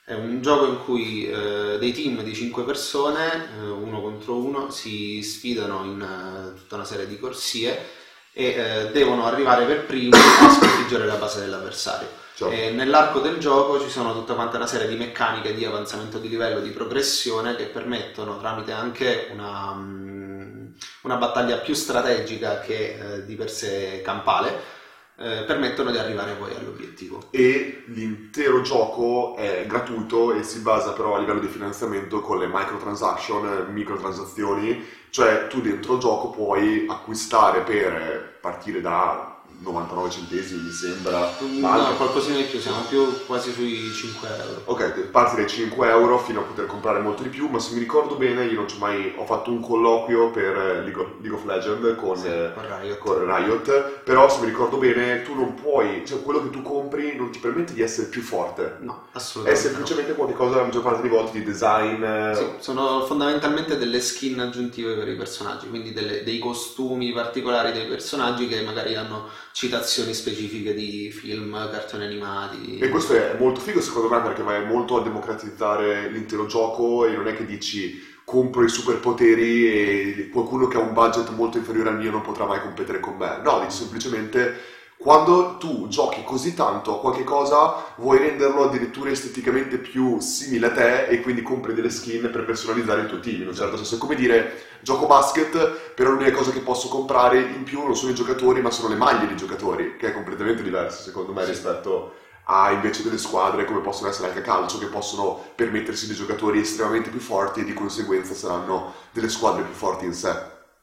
È un gioco in cui eh, dei team di cinque persone, eh, uno contro uno, si sfidano in eh, tutta una serie di corsie e eh, devono arrivare per primi a sconfiggere la base dell'avversario. Ciao. E nell'arco del gioco ci sono tutta quanta una serie di meccaniche di avanzamento di livello, di progressione, che permettono, tramite anche una, um, una battaglia più strategica che eh, di per sé campale, eh, permettono di arrivare poi all'obiettivo. E l'intero gioco è gratuito e si basa però a livello di finanziamento con le microtransaction, microtransazioni, cioè tu dentro il gioco puoi acquistare per partire da novantanove centesimi mi sembra, no, anche qualcosina di più, siamo più quasi sui cinque euro. Ok, parti dai cinque euro fino a poter comprare molto di più, ma se mi ricordo bene io non c'ho mai, ho fatto un colloquio per League of, League of Legends con, sì, eh, con, Riot. con Riot, però se mi ricordo bene tu non puoi, cioè quello che tu compri non ti permette di essere più forte. No, assolutamente. È semplicemente no. Qualcosa la maggior parte delle volte di design. Sì, sono fondamentalmente delle skin aggiuntive per i personaggi, quindi delle, dei costumi particolari dei personaggi che magari hanno citazioni specifiche di film, cartoni animati. E questo è molto figo secondo me perché vai molto a democratizzare l'intero gioco e non è che dici compro i superpoteri e qualcuno che ha un budget molto inferiore al mio non potrà mai competere con me. No, dici semplicemente quando tu giochi così tanto a qualche cosa vuoi renderlo addirittura esteticamente più simile a te e quindi compri delle skin per personalizzare il tuo team, in un certo senso. È come dire gioco basket, però l'unica cosa che posso comprare in più non sono i giocatori ma sono le maglie dei giocatori, che è completamente diverso secondo me rispetto a invece delle squadre come possono essere anche a calcio, che possono permettersi dei giocatori estremamente più forti e di conseguenza saranno delle squadre più forti in sé.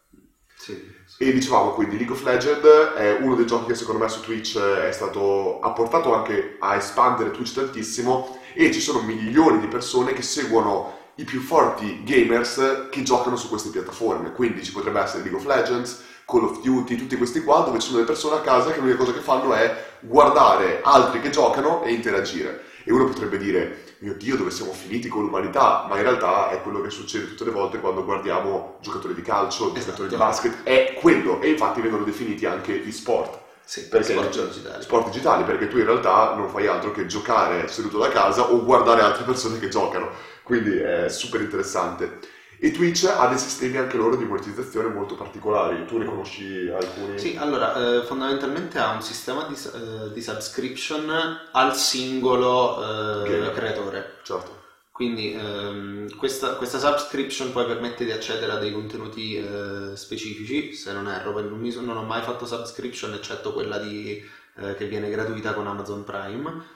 Sì. E dicevamo quindi League of Legends è uno dei giochi che secondo me su Twitch è stato, ha portato anche a espandere Twitch tantissimo e ci sono milioni di persone che seguono i più forti gamers che giocano su queste piattaforme, quindi ci potrebbe essere League of Legends, Call of Duty, tutti questi qua dove ci sono delle persone a casa che l'unica cosa che fanno è guardare altri che giocano e interagire. E uno potrebbe dire mio Dio dove siamo finiti con l'umanità, ma in realtà è quello che succede tutte le volte quando guardiamo giocatori di calcio, esatto. giocatori di basket, è quello, e infatti vengono definiti anche gli sport. Sì, perché sport digitali. sport digitali, perché tu in realtà non fai altro che giocare seduto da casa o guardare altre persone che giocano, quindi è super interessante. E Twitch ha dei sistemi anche loro di monetizzazione molto particolari, tu ne conosci alcuni? Sì, allora eh, fondamentalmente ha un sistema di, eh, di subscription al singolo eh, creatore. Certo. Quindi ehm, questa, questa subscription poi permette di accedere a dei contenuti eh, specifici, se non erro, non, mi, non ho mai fatto subscription eccetto quella di, eh, che viene gratuita con Amazon Prime.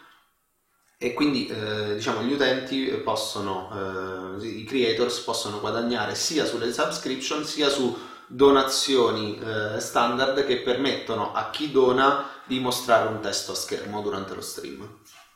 E quindi eh, diciamo gli utenti possono, eh, i creators possono guadagnare sia sulle subscription sia su donazioni eh, standard che permettono a chi dona di mostrare un testo a schermo durante lo stream.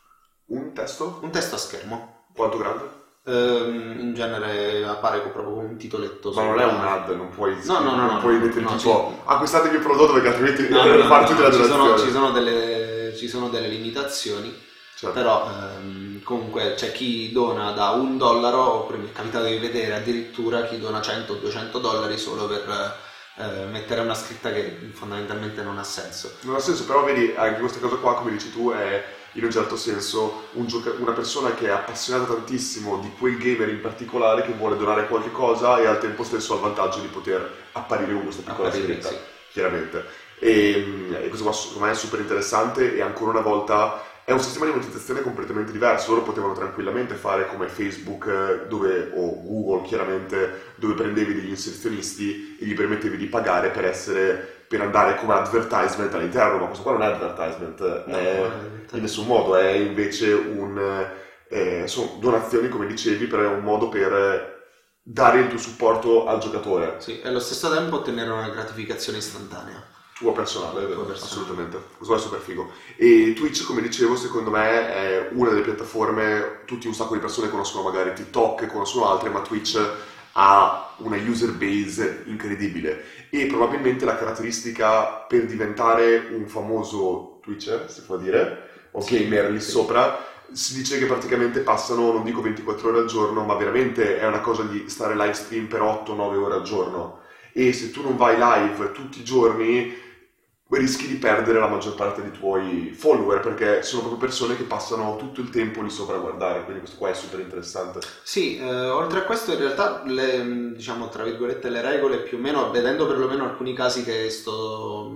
Un testo? Un testo a schermo. Quanto grande? Um, in genere appare proprio un titoletto. Ma non è un ad, non puoi, no, no, no, non no, puoi no, mettere no, tipo sì. acquistate il mio prodotto perché altrimenti no, no, no, fare no, tutte no, le ci, sono, ci, donazioni. sono delle, ci sono delle limitazioni. Certo. Però ehm, comunque c'è chi dona da un dollaro, oppure mi è capitato di vedere addirittura chi dona cento o duecento dollari solo per eh, mettere una scritta che fondamentalmente non ha senso. Non ha senso, però vedi, anche questa cosa qua, come dici tu, è in un certo senso un gioca- una persona che è appassionata tantissimo di quel gamer in particolare che vuole donare qualche cosa e al tempo stesso ha il vantaggio di poter apparire con questa piccola Apparire, scritta, sì. Chiaramente. E, e questo qua secondo me è super interessante e ancora una volta è un sistema di monetizzazione completamente diverso. Loro potevano tranquillamente fare come Facebook dove, o Google chiaramente, dove prendevi degli inserzionisti e gli permettevi di pagare per essere per andare come advertisement all'interno, ma questo qua non è advertisement, no, è, in nessun modo, è invece un eh, sono donazioni come dicevi, però è un modo per dare il tuo supporto al giocatore. Sì, e allo stesso tempo ottenere una gratificazione istantanea. Tuo personale, Tuo personale. Assolutamente, questo è super figo. E Twitch, come dicevo, secondo me è una delle piattaforme, tutti un sacco di persone conoscono magari TikTok, conoscono altre, ma Twitch ha una user base incredibile e probabilmente la caratteristica per diventare un famoso Twitcher, si può dire, o sì, gamer lì sì. sopra, si dice che praticamente passano, non dico ventiquattro ore al giorno, ma veramente è una cosa di stare live stream per otto nove ore al giorno. E se tu non vai live tutti i giorni, rischi di perdere la maggior parte dei tuoi follower, perché sono proprio persone che passano tutto il tempo lì sopra a guardare, quindi questo qua è super interessante. Sì, eh, oltre a questo in realtà le, diciamo tra virgolette le regole più o meno, vedendo perlomeno alcuni casi che sto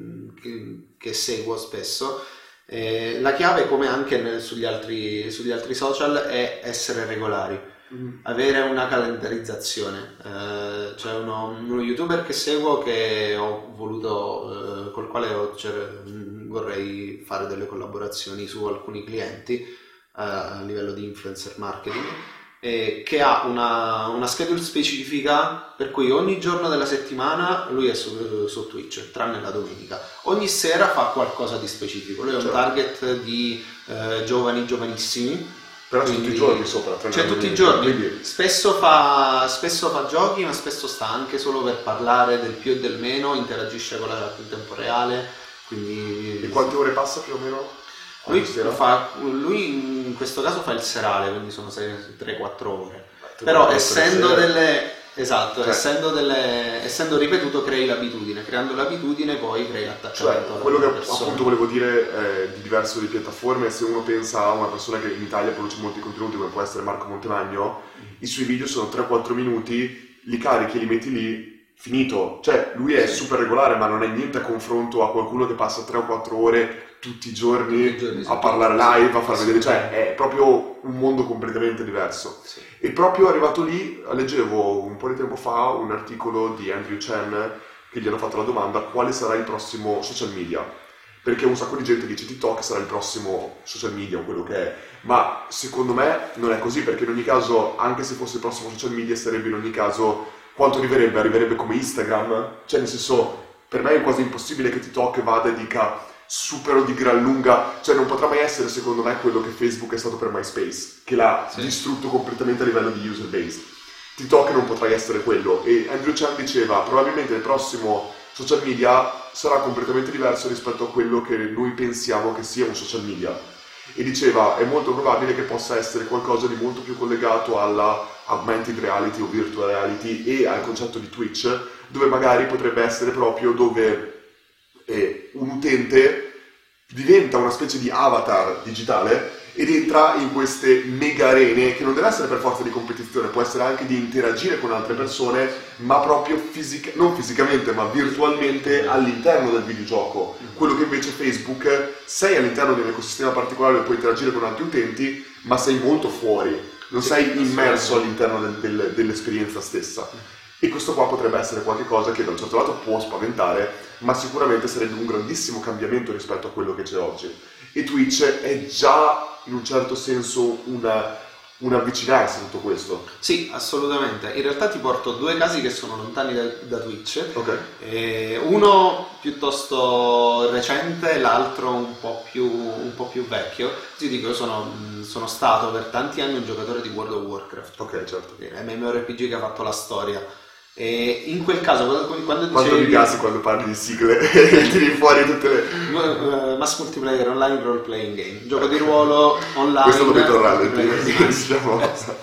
che, che seguo spesso, eh, la chiave, come anche nel, sugli, altri, sugli altri social, è essere regolari. Mm. Avere una calendarizzazione. Eh, c'è uno, uno youtuber che seguo che ho voluto, eh, col quale ho, cioè, vorrei fare delle collaborazioni su alcuni clienti eh, a livello di influencer marketing, eh, che ha una, una schedule specifica per cui ogni giorno della settimana lui è su, su Twitch, tranne la domenica. Ogni sera fa qualcosa di specifico. Lui ha un target di eh, giovani, giovanissimi. Però c'è tutti i giorni sopra, cioè tutti i giorni, quindi... spesso, fa, spesso fa giochi, ma spesso sta anche solo per parlare del più e del meno, interagisce con la chat in tempo reale, quindi... E quante ore passa più o meno? Lui, fa, lui in questo caso fa il serale, quindi sono tre quattro ore, tu però essendo delle... Esatto, cioè, essendo, delle, essendo ripetuto crei l'abitudine, creando l'abitudine poi crei l'attaccamento. Cioè, quello che persona. appunto volevo dire eh, di diverso di piattaforme, se uno pensa a una persona che in Italia produce molti contenuti come può essere Marco Montemagno, mm. i suoi video sono tre quattro minuti, li carichi e li metti lì, finito. Cioè lui è sì. super regolare, ma non è niente a confronto a qualcuno che passa tre o quattro ore tutti i giorni, tutti i giorni a parlare live, a far sì. vedere, cioè è proprio un mondo completamente diverso. Sì. E proprio arrivato lì, leggevo un po' di tempo fa un articolo di Andrew Chen che gli hanno fatto la domanda: quale sarà il prossimo social media? Perché un sacco di gente dice TikTok sarà il prossimo social media o quello che è, ma secondo me non è così, perché in ogni caso, anche se fosse il prossimo social media, sarebbe in ogni caso, quanto arriverebbe? Arriverebbe come Instagram? Cioè nel senso, per me è quasi impossibile che TikTok vada e dica super di gran lunga, cioè non potrà mai essere secondo me quello che Facebook è stato per MySpace, che l'ha sì. distrutto completamente a livello di user base. TikTok non potrà essere quello, e Andrew Chan diceva probabilmente il prossimo social media sarà completamente diverso rispetto a quello che noi pensiamo che sia un social media, e diceva è molto probabile che possa essere qualcosa di molto più collegato alla augmented reality o virtual reality e al concetto di Twitch, dove magari potrebbe essere proprio dove e un utente diventa una specie di avatar digitale ed entra in queste mega arene, che non deve essere per forza di competizione, può essere anche di interagire con altre persone, ma proprio fisica, non fisicamente ma virtualmente all'interno del videogioco. Quello che invece Facebook, sei all'interno di un ecosistema particolare dove puoi interagire con altri utenti, ma sei molto fuori, non sei immerso all'interno del, del, dell'esperienza stessa. E questo qua potrebbe essere qualcosa che da un certo lato può spaventare, ma sicuramente sarebbe un grandissimo cambiamento rispetto a quello che c'è oggi. E Twitch è già in un certo senso una, un avvicinarsi a tutto questo. Sì, assolutamente. In realtà ti porto due casi che sono lontani da, da Twitch. Okay. Eh, uno piuttosto recente, l'altro un po' più, un po' più vecchio. Ti dico, io sono, sono stato per tanti anni un giocatore di World of Warcraft. Ok, certo. MMORPG che ha fatto la storia. E in quel caso quando, quando quando dicevi... mi casi quando parli di sigle e tiri fuori tutte le uh, Mass Multiplayer Online Role Playing Game, gioco di ruolo online. Questo lo vedo rallenti, diciamo.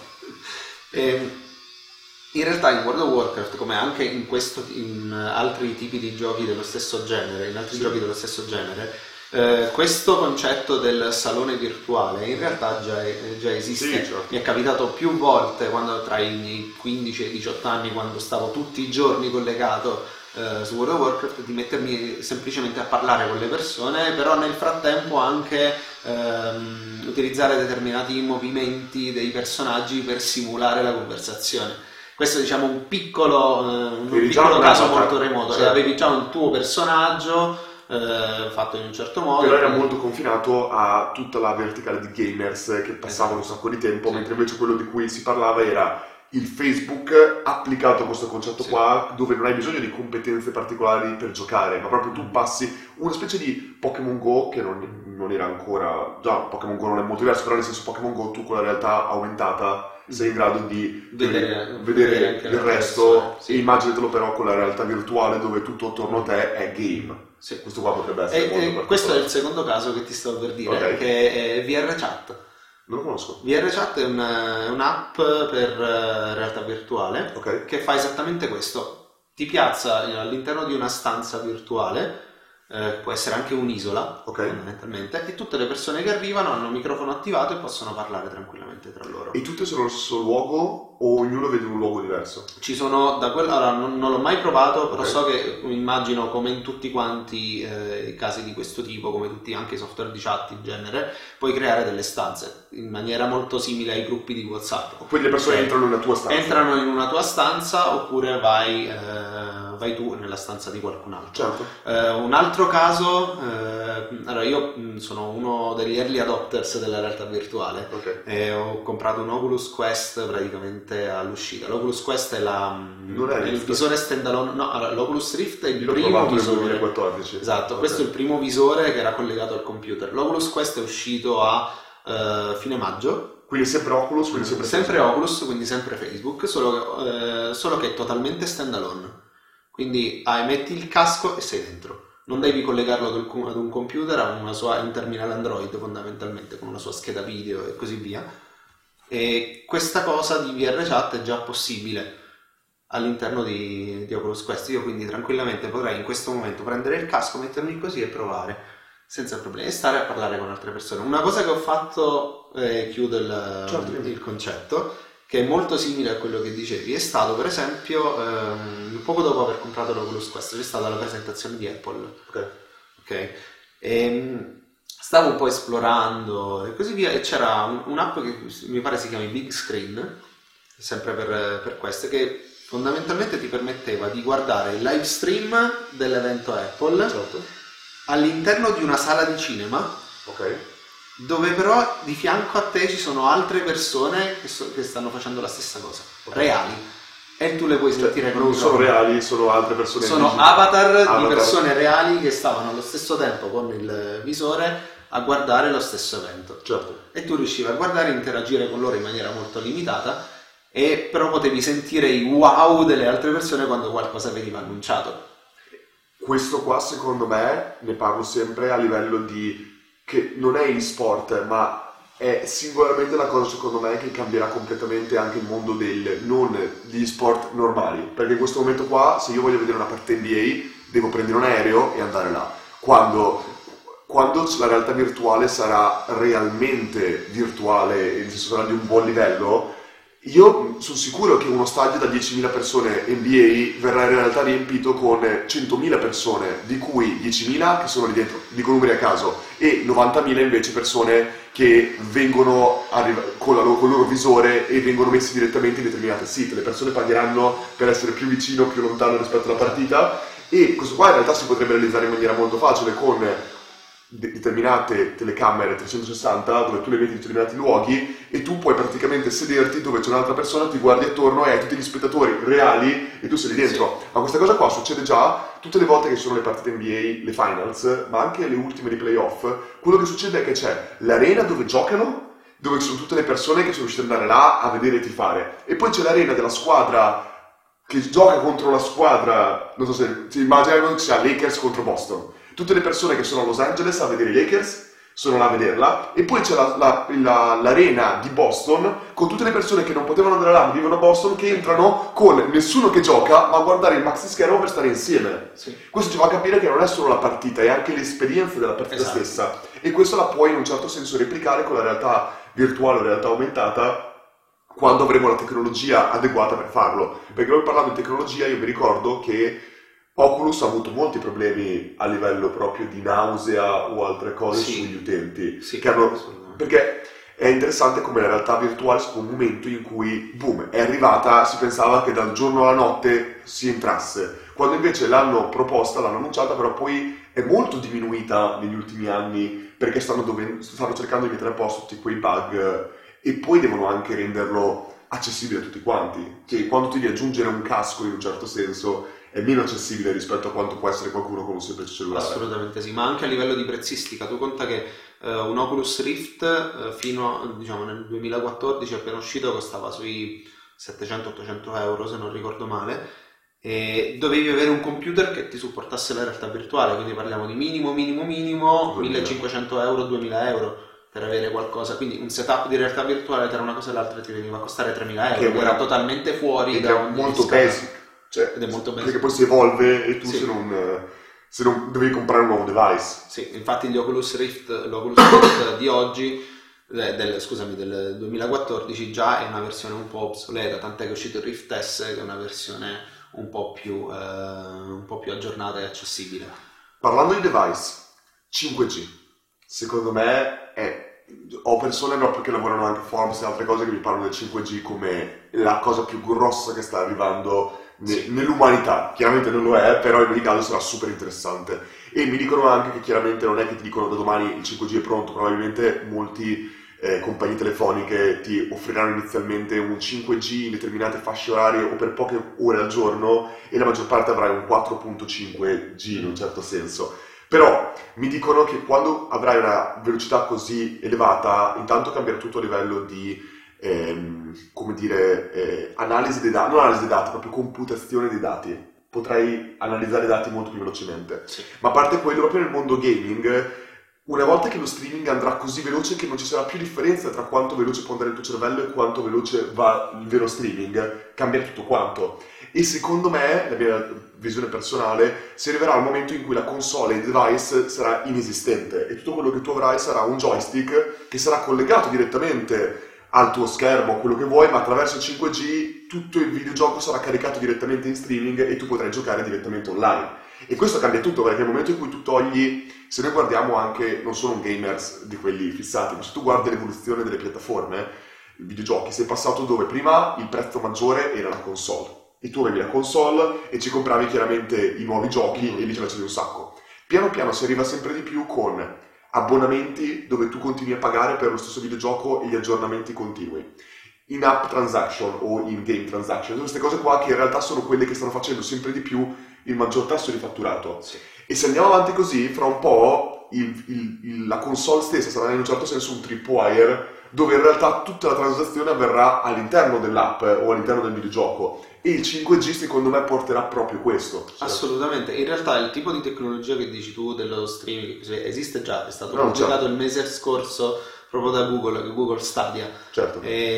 E in realtà in World of Warcraft, come anche in, questo, in altri tipi di giochi dello stesso genere, in altri sì. giochi dello stesso genere, eh, questo concetto del salone virtuale in realtà già, già esiste. Sì, certo. Mi è capitato più volte quando tra i miei quindici e i diciotto anni, quando stavo tutti i giorni collegato eh, su World of Warcraft, di mettermi semplicemente a parlare con le persone, però nel frattempo anche ehm, utilizzare determinati movimenti dei personaggi per simulare la conversazione. Questo diciamo un piccolo, eh, un piccolo caso molto remoto, certo. Avevi già un tuo personaggio eh, fatto in un certo modo, però era molto confinato a tutta la verticale di gamers che passavano esatto. un sacco di tempo, sì. mentre invece quello di cui si parlava era il Facebook applicato a questo concetto sì. qua, dove non hai bisogno di competenze particolari per giocare, ma proprio tu passi una specie di Pokémon Go, che non, non era ancora, già Pokémon Go non è molto diverso, però nel senso Pokémon Go tu con la realtà aumentata sei in grado di vedere, vedere, vedere il resto, sì. immaginatelo però con la realtà virtuale dove tutto attorno a te è game. Sì. Questo qua potrebbe essere e, molto e questo è il secondo caso che ti sto per dire, okay. che è V R Chat. Non lo conosco. V R Chat è, una, è un'app per uh, realtà virtuale okay. che fa esattamente questo. Ti piazza all'interno di una stanza virtuale eh, può essere anche un'isola, okay. fondamentalmente, e tutte le persone che arrivano hanno il microfono attivato e possono parlare tranquillamente tra loro. E tutte sono nello stesso luogo o ognuno vede un luogo diverso? Ci sono da quella, allora, non, non l'ho mai provato, però okay. so che immagino come in tutti quanti eh, i casi di questo tipo, come tutti anche i software di chat in genere, puoi creare delle stanze in maniera molto simile ai gruppi di WhatsApp. Quindi le persone cioè, entrano nella tua stanza? Entrano in una tua stanza oppure vai, eh, vai tu nella stanza di qualcun altro. Certo. Eh, un altro caso, eh, allora io sono uno degli early adopters della realtà virtuale, okay. e ho comprato un Oculus Quest praticamente all'uscita. L'Oculus Quest è, la, non è, è il visore standalone, no, allora, l'Oculus Rift è il io primo visore. Nel duemilaquattordici. Esatto, okay. Questo è il primo visore che era collegato al computer. L'Oculus Quest è uscito a uh, fine maggio. Quindi sempre Oculus, quindi sempre, sempre Oculus, quindi sempre Facebook, solo che, eh, solo che è totalmente standalone. Quindi ah, metti il casco e sei dentro. Non devi collegarlo ad un computer, ha una sua un terminale Android fondamentalmente, con una sua scheda video e così via. E questa cosa di V R Chat è già possibile all'interno di, di Oculus Quest. Io quindi tranquillamente potrei in questo momento prendere il casco, mettermi così e provare senza problemi e stare a parlare con altre persone. Una cosa che ho fatto, eh, chiudo il, certo. il concetto, che è molto simile a quello che dicevi, è stato per esempio ehm, poco dopo aver comprato l'Oculus Quest c'è stata la presentazione di Apple, ok, okay? E stavo un po' esplorando e così via e c'era un, un'app che mi pare si chiami Big Screen, sempre per, per questo, che fondamentalmente ti permetteva di guardare il live stream dell'evento Apple, certo, all'interno di una sala di cinema, ok, dove però di fianco a te ci sono altre persone che, so, che stanno facendo la stessa cosa, okay, reali, e tu le puoi sentire, cioè, non sono reali, sono altre persone, sono avatar, avatar di persone reali che stavano allo stesso tempo con il visore a guardare lo stesso evento, certo, e tu riuscivi a guardare e interagire con loro in maniera molto limitata, e però potevi sentire i wow delle altre persone quando qualcosa veniva annunciato. Questo qua secondo me ne parlo sempre a livello di che non è e-sport, ma è singolarmente la cosa secondo me che cambierà completamente anche il mondo del non degli sport normali, perché in questo momento qua se io voglio vedere una partita N B A devo prendere un aereo e andare là, quando, quando la realtà virtuale sarà realmente virtuale, nel senso sarà di un buon livello, io sono sicuro che uno stadio da diecimila persone N B A verrà in realtà riempito con centomila persone, di cui diecimila che sono lì dentro, dico numeri a caso, e novantamila invece persone che vengono con, la loro, con il loro visore e vengono messi direttamente in determinate siti. Le persone pagheranno per essere più vicino, più lontano rispetto alla partita, e questo qua in realtà si potrebbe realizzare in maniera molto facile con determinate telecamere trecentosessanta dove tu le vedi in determinati luoghi e tu puoi praticamente sederti dove c'è un'altra persona, ti guardi attorno e hai tutti gli spettatori reali e tu sei lì dentro. Sì. Ma questa cosa qua succede già tutte le volte che ci sono le partite N B A, le finals, ma anche le ultime di playoff. Quello che succede è che c'è l'arena dove giocano, dove ci sono tutte le persone che sono riuscite ad andare là a vedere tifare, e poi c'è l'arena della squadra che gioca contro la squadra, non so se ti immagini, c'è Lakers contro Boston. Tutte le persone che sono a Los Angeles a vedere i Lakers sono là a vederla, e poi c'è la, la, la, l'arena di Boston con tutte le persone che non potevano andare là, ma vivono a Boston, che entrano con nessuno che gioca, ma a guardare il maxi schermo per stare insieme. Sì. Questo ci fa capire che non è solo la partita, è anche l'esperienza della partita, esatto, stessa, e questo la puoi in un certo senso replicare con la realtà virtuale o realtà aumentata quando avremo la tecnologia adeguata per farlo. Perché noi parlando di tecnologia, io mi ricordo che Oculus ha avuto molti problemi a livello proprio di nausea o altre cose, sì, sugli utenti, sì, che hanno, perché è interessante come la realtà virtuale è stato un momento in cui, boom, è arrivata, si pensava che dal giorno alla notte si entrasse, quando invece l'hanno proposta, l'hanno annunciata, però poi è molto diminuita negli ultimi anni perché stanno, dove, stanno cercando di mettere a posto tutti quei bug, e poi devono anche renderlo accessibile a tutti quanti, che quando tu devi aggiungere un casco in un certo senso è meno accessibile rispetto a quanto può essere qualcuno con un semplice cellulare. Assolutamente sì, ma anche a livello di prezzistica. Tu conta che eh, un Oculus Rift eh, fino a, diciamo, nel duemilaquattordici appena uscito costava sui settecento ottocento euro, se non ricordo male, e dovevi avere un computer che ti supportasse la realtà virtuale, quindi parliamo di minimo minimo minimo millecinquecento euro, duemila euro per avere qualcosa, quindi un setup di realtà virtuale tra una cosa e l'altra ti veniva a costare tremila euro, che era totalmente fuori da molto basic. Cioè, ed è molto basic, perché poi si evolve e tu, sì, se non se non dovevi comprare un nuovo device. Sì, infatti gli Oculus Rift, l'Oculus Rift di oggi, del, scusami, del duemilaquattordici, già è una versione un po' obsoleta, tant'è che è uscito il Rift S, che è una versione un po' più, eh, un po' più aggiornata e accessibile. Parlando di device, cinque G, secondo me è... Ho persone proprio che lavorano anche Forbes e altre cose che mi parlano del cinque G come la cosa più grossa che sta arrivando ne- Sì. nell'umanità. Chiaramente non lo è, però in ogni caso sarà super interessante. E mi dicono anche che chiaramente non è che ti dicono da domani il cinque G è pronto, probabilmente molti eh, compagnie telefoniche ti offriranno inizialmente un cinque G in determinate fasce orarie o per poche ore al giorno e la maggior parte avrai un quattro virgola cinque G in un certo senso. Però mi dicono che quando avrai una velocità così elevata, intanto cambierà tutto a livello di, ehm, come dire, eh, analisi dei dati, non analisi dei dati, proprio computazione dei dati. Potrai analizzare i dati molto più velocemente. Sì. Ma a parte quello, proprio nel mondo gaming, una volta che lo streaming andrà così veloce che non ci sarà più differenza tra quanto veloce può andare il tuo cervello e quanto veloce va il vero streaming, cambia tutto quanto. E secondo me, la mia visione personale, si arriverà al momento in cui la console e il device sarà inesistente e tutto quello che tu avrai sarà un joystick che sarà collegato direttamente al tuo schermo, quello che vuoi, ma attraverso il cinque G tutto il videogioco sarà caricato direttamente in streaming e tu potrai giocare direttamente online. E questo cambia tutto, perché nel momento in cui tu togli, se noi guardiamo anche, non sono un gamers di quelli fissati, ma se tu guardi l'evoluzione delle piattaforme, i videogiochi, sei passato dove prima il prezzo maggiore era la console. E tu avevi la console e ci compravi chiaramente i nuovi giochi mm-hmm. e lì ce l'avevi un sacco. Piano piano si arriva sempre di più con abbonamenti dove tu continui a pagare per lo stesso videogioco e gli aggiornamenti continui. In-app transaction o in-game transaction, queste cose qua che in realtà sono quelle che stanno facendo sempre di più il maggior tasso di fatturato. Sì. E se andiamo avanti così, fra un po' il, il, il, la console stessa sarà in un certo senso un tripwire dove in realtà tutta la transazione avverrà all'interno dell'app o all'interno del videogioco. E il cinque G secondo me porterà proprio questo. Assolutamente, in realtà il tipo di tecnologia che dici tu dello streaming esiste già, è stato no, pubblicato certo. il mese scorso proprio da Google, Google Stadia. Certo.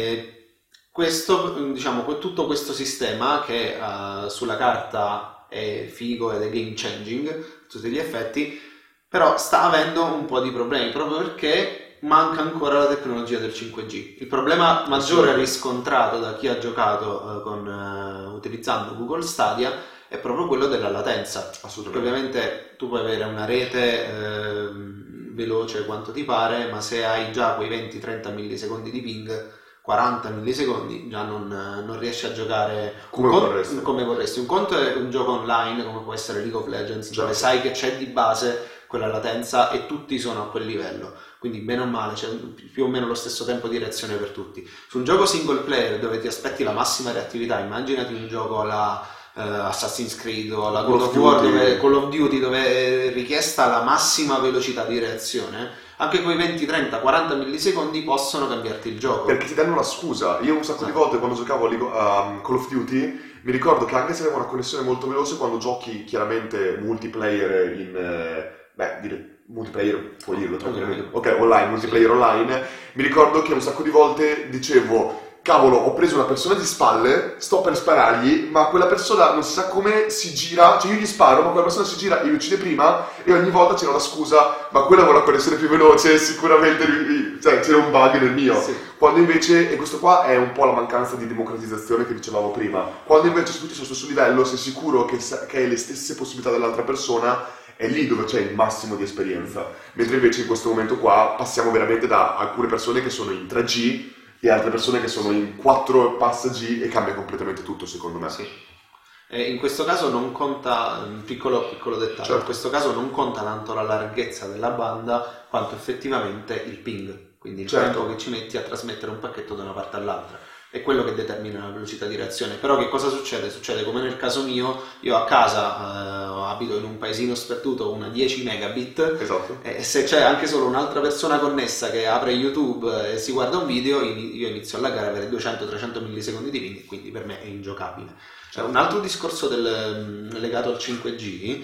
E questo, diciamo, tutto questo sistema che uh, sulla carta è figo ed è game changing a tutti gli effetti, però sta avendo un po' di problemi proprio perché manca ancora la tecnologia del cinque G. Il problema maggiore riscontrato da chi ha giocato uh, con, uh, utilizzando Google Stadia è proprio quello della latenza. Perché ovviamente tu puoi avere una rete eh, veloce quanto ti pare, ma se hai già quei venti trenta millisecondi di ping, quaranta millisecondi, già non, non riesci a giocare come, con, vorresti. come vorresti. Un conto è un gioco online come può essere League of Legends, certo. dove sai che c'è di base quella latenza e tutti sono a quel livello, quindi bene o male c'è più o meno lo stesso tempo di reazione per tutti. Su un gioco single player dove ti aspetti la massima reattività, immaginati un gioco alla uh, Assassin's Creed o alla God of War, dove, Call of Duty, dove è richiesta la massima velocità di reazione, anche quei venti, trenta, quaranta millisecondi possono cambiarti il gioco. Perché ti danno la scusa. Io un sacco sì. di volte quando giocavo a um, Call of Duty mi ricordo che anche se avevo una connessione molto veloce, quando giochi chiaramente multiplayer in... Eh, beh, dire multiplayer, puoi dirlo tranquillamente. Ok, online, multiplayer online. Mi ricordo che un sacco di volte dicevo, cavolo, ho preso una persona di spalle, sto per sparargli, ma quella persona non si sa come si gira, cioè io gli sparo, ma quella persona si gira e mi uccide prima, e ogni volta c'era la scusa, ma quella aveva la connessione più veloce, sicuramente cioè, c'era un bug nel mio. Sì. Quando invece, e questo qua è un po' la mancanza di democratizzazione che dicevamo prima, quando invece se tutti sullo stesso livello, sei sicuro che, che hai le stesse possibilità dell'altra persona, è lì dove c'è il massimo di esperienza, mentre invece in questo momento qua passiamo veramente da alcune persone che sono in tre G e altre persone che sono in quattro passa G e cambia completamente tutto secondo me. Sì. E in questo caso non conta, un piccolo, piccolo dettaglio, certo. in questo caso non conta tanto la larghezza della banda quanto effettivamente il ping, quindi il certo. tempo che ci metti a trasmettere un pacchetto da una parte all'altra. È quello che determina la velocità di reazione. Però che cosa succede? Succede come nel caso mio, io a casa eh, abito in un paesino sperduto, una dieci megabit, esatto. e se c'è anche solo un'altra persona connessa che apre YouTube e si guarda un video, io inizio a laggare per duecento trecento millisecondi di ping, quindi per me è ingiocabile. Cioè, un altro discorso del, legato al cinque G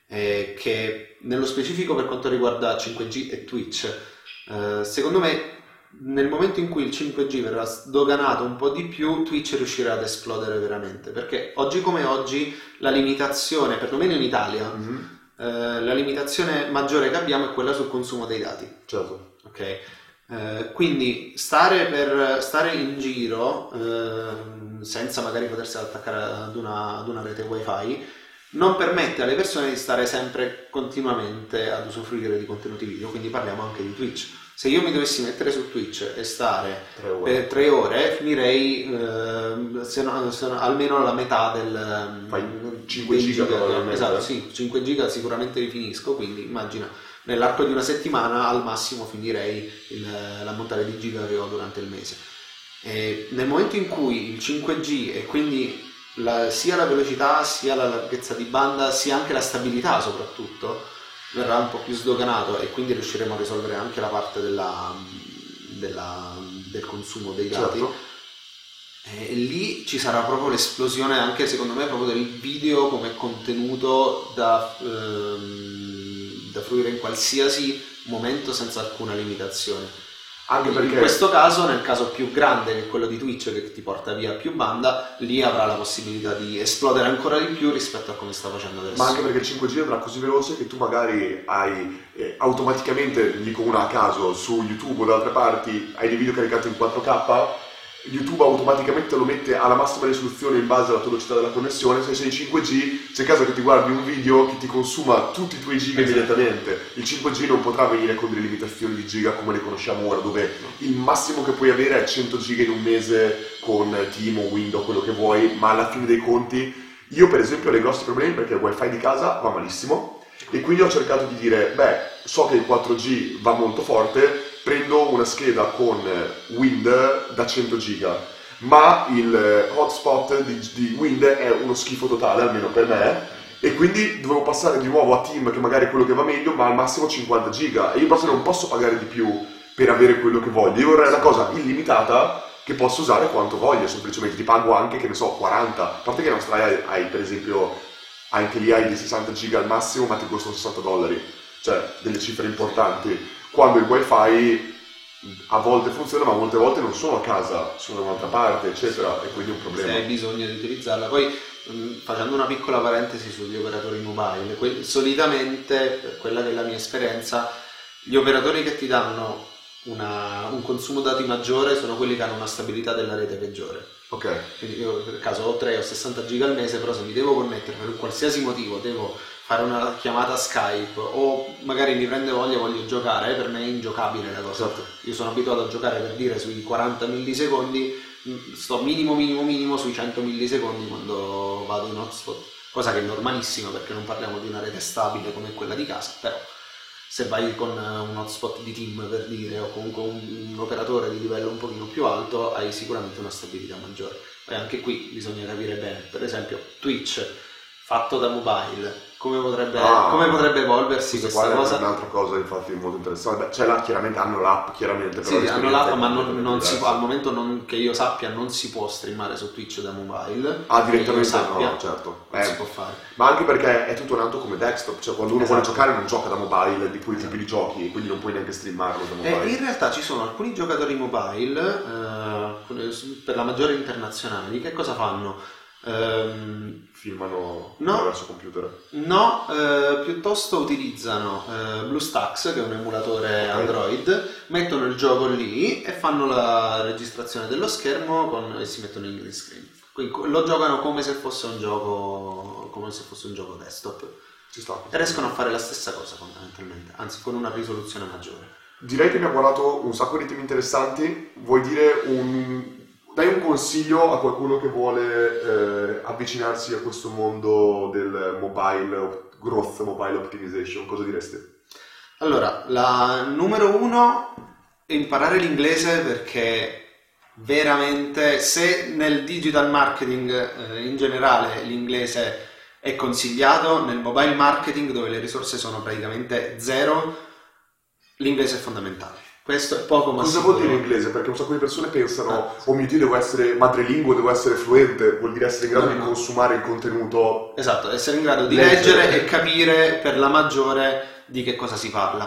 è che nello specifico per quanto riguarda cinque G e Twitch, eh, secondo me nel momento in cui il cinque G verrà sdoganato un po' di più, Twitch riuscirà ad esplodere veramente, perché oggi come oggi la limitazione, perlomeno in Italia, mm-hmm. eh, la limitazione maggiore che abbiamo è quella sul consumo dei dati. Certo. Ok? Eh, quindi stare, per, stare in giro eh, senza magari potersi attaccare ad una, ad una rete wifi non permette alle persone di stare sempre continuamente ad usufruire di contenuti video, quindi parliamo anche di Twitch. Se io mi dovessi mettere su Twitch e stare tre ore. per tre ore finirei eh, se no, se no, almeno la metà del Fai cinque giga, giga esatto, sì, cinque giga sicuramente li finisco, quindi immagina nell'arco di una settimana al massimo finirei il, l'ammontare di giga che ho durante il mese. E nel momento in cui il cinque G e quindi la, sia la velocità sia la larghezza di banda sia anche la stabilità soprattutto verrà un po' più sdoganato e quindi riusciremo a risolvere anche la parte della, della, del consumo dei dati, certo. E lì ci sarà proprio l'esplosione anche secondo me proprio del video come contenuto da, ehm, da fruire in qualsiasi momento senza alcuna limitazione. Anche perché in questo caso, nel caso più grande che è quello di Twitch che ti porta via più banda, lì avrà la possibilità di esplodere ancora di più rispetto a come sta facendo adesso. Ma anche perché il cinque G andrà così veloce che tu magari hai eh, automaticamente, dico una a caso, su YouTube o da altre parti hai dei video caricati in quattro K, YouTube automaticamente lo mette alla massima risoluzione in base alla tua velocità della connessione. Se sei in cinque G c'è caso che ti guardi un video che ti consuma tutti i tuoi giga esatto. immediatamente. Il cinque G non potrà venire con delle limitazioni di giga come le conosciamo ora, dove il massimo che puoi avere è cento giga in un mese con Team o Windows, quello che vuoi, ma alla fine dei conti io per esempio ho dei grossi problemi perché il wifi di casa va malissimo e quindi ho cercato di dire beh, so che il quattro G va molto forte, prendo una scheda con Wind da cento giga, ma il hotspot di, di Wind è uno schifo totale, almeno per me, e quindi dovevo passare di nuovo a Team, che magari è quello che va meglio, ma al massimo cinquanta giga, e io proprio non posso pagare di più per avere quello che voglio. Io vorrei una cosa illimitata che posso usare quanto voglio, semplicemente ti pago anche, che ne so, quaranta, a parte che in Australia hai, hai per esempio, anche lì hai di sessanta giga al massimo, ma ti costano sessanta dollari, cioè delle cifre importanti. Quando il wifi a volte funziona, ma molte volte non sono a casa, sono da un'altra parte, eccetera, e quindi è un problema. Se hai bisogno di utilizzarla. Poi, facendo una piccola parentesi sugli operatori mobile, que- solitamente, per quella che è la mia esperienza, gli operatori che ti danno una, un consumo dati maggiore sono quelli che hanno una stabilità della rete peggiore. Ok. Quindi io per caso ho tre o sessanta giga al mese, però se mi devo connettere per un qualsiasi motivo, devo fare una chiamata Skype o magari mi prende voglia, voglio giocare, per me è ingiocabile la cosa. Esatto. Io sono abituato a giocare per dire sui quaranta millisecondi, sto minimo minimo minimo sui cento millisecondi quando vado in hotspot, cosa che è normalissima perché non parliamo di una rete stabile come quella di casa, però se vai con un hotspot di Team per dire o comunque un, un operatore di livello un pochino più alto hai sicuramente una stabilità maggiore. E anche qui bisogna capire bene, per esempio Twitch fatto da mobile, come potrebbe, ah, come potrebbe evolversi questa cosa? È un'altra cosa infatti molto interessante. Beh, c'è là, chiaramente hanno l'app, chiaramente. Però sì, hanno l'app, ma non, non si può, al momento non, che io sappia non si può streamare su Twitch da mobile. Ah, direttamente sappia, no, certo. Non eh, si può fare. Ma anche perché è tutto nato come desktop, cioè quando uno esatto. vuole giocare non gioca da mobile, di quei tipi di giochi, quindi non puoi neanche streamarlo da mobile. E in realtà ci sono alcuni giocatori mobile, eh, per la maggiore internazionali, che cosa fanno? Um, filmano no, attraverso computer? No, eh, piuttosto utilizzano eh, BlueStacks, che è un emulatore okay. Android, mettono il gioco lì e fanno la registrazione dello schermo con, e si mettono in green screen. Quindi lo giocano come se fosse un gioco, come se fosse un gioco desktop. Ci sta. E riescono a fare la stessa cosa fondamentalmente, anzi con una risoluzione maggiore. Direi che abbiamo guardato un sacco di temi interessanti. Vuoi dire un... Dai un consiglio a qualcuno che vuole eh, avvicinarsi a questo mondo del mobile growth, mobile optimization, cosa diresti? Allora, la numero uno è imparare l'inglese, perché veramente se nel digital marketing eh, in generale l'inglese è consigliato, nel mobile marketing dove le risorse sono praticamente zero, l'inglese è fondamentale. Questo è poco ma cosa sicuro. Vuol dire inglese? Perché un sacco di persone pensano ah. oh mio Dio, devo essere madrelingua, devo essere fluente, vuol dire essere in grado no, di no. consumare il contenuto. Esatto, essere in grado di leggere, leggere e capire per la maggiore di che cosa si parla.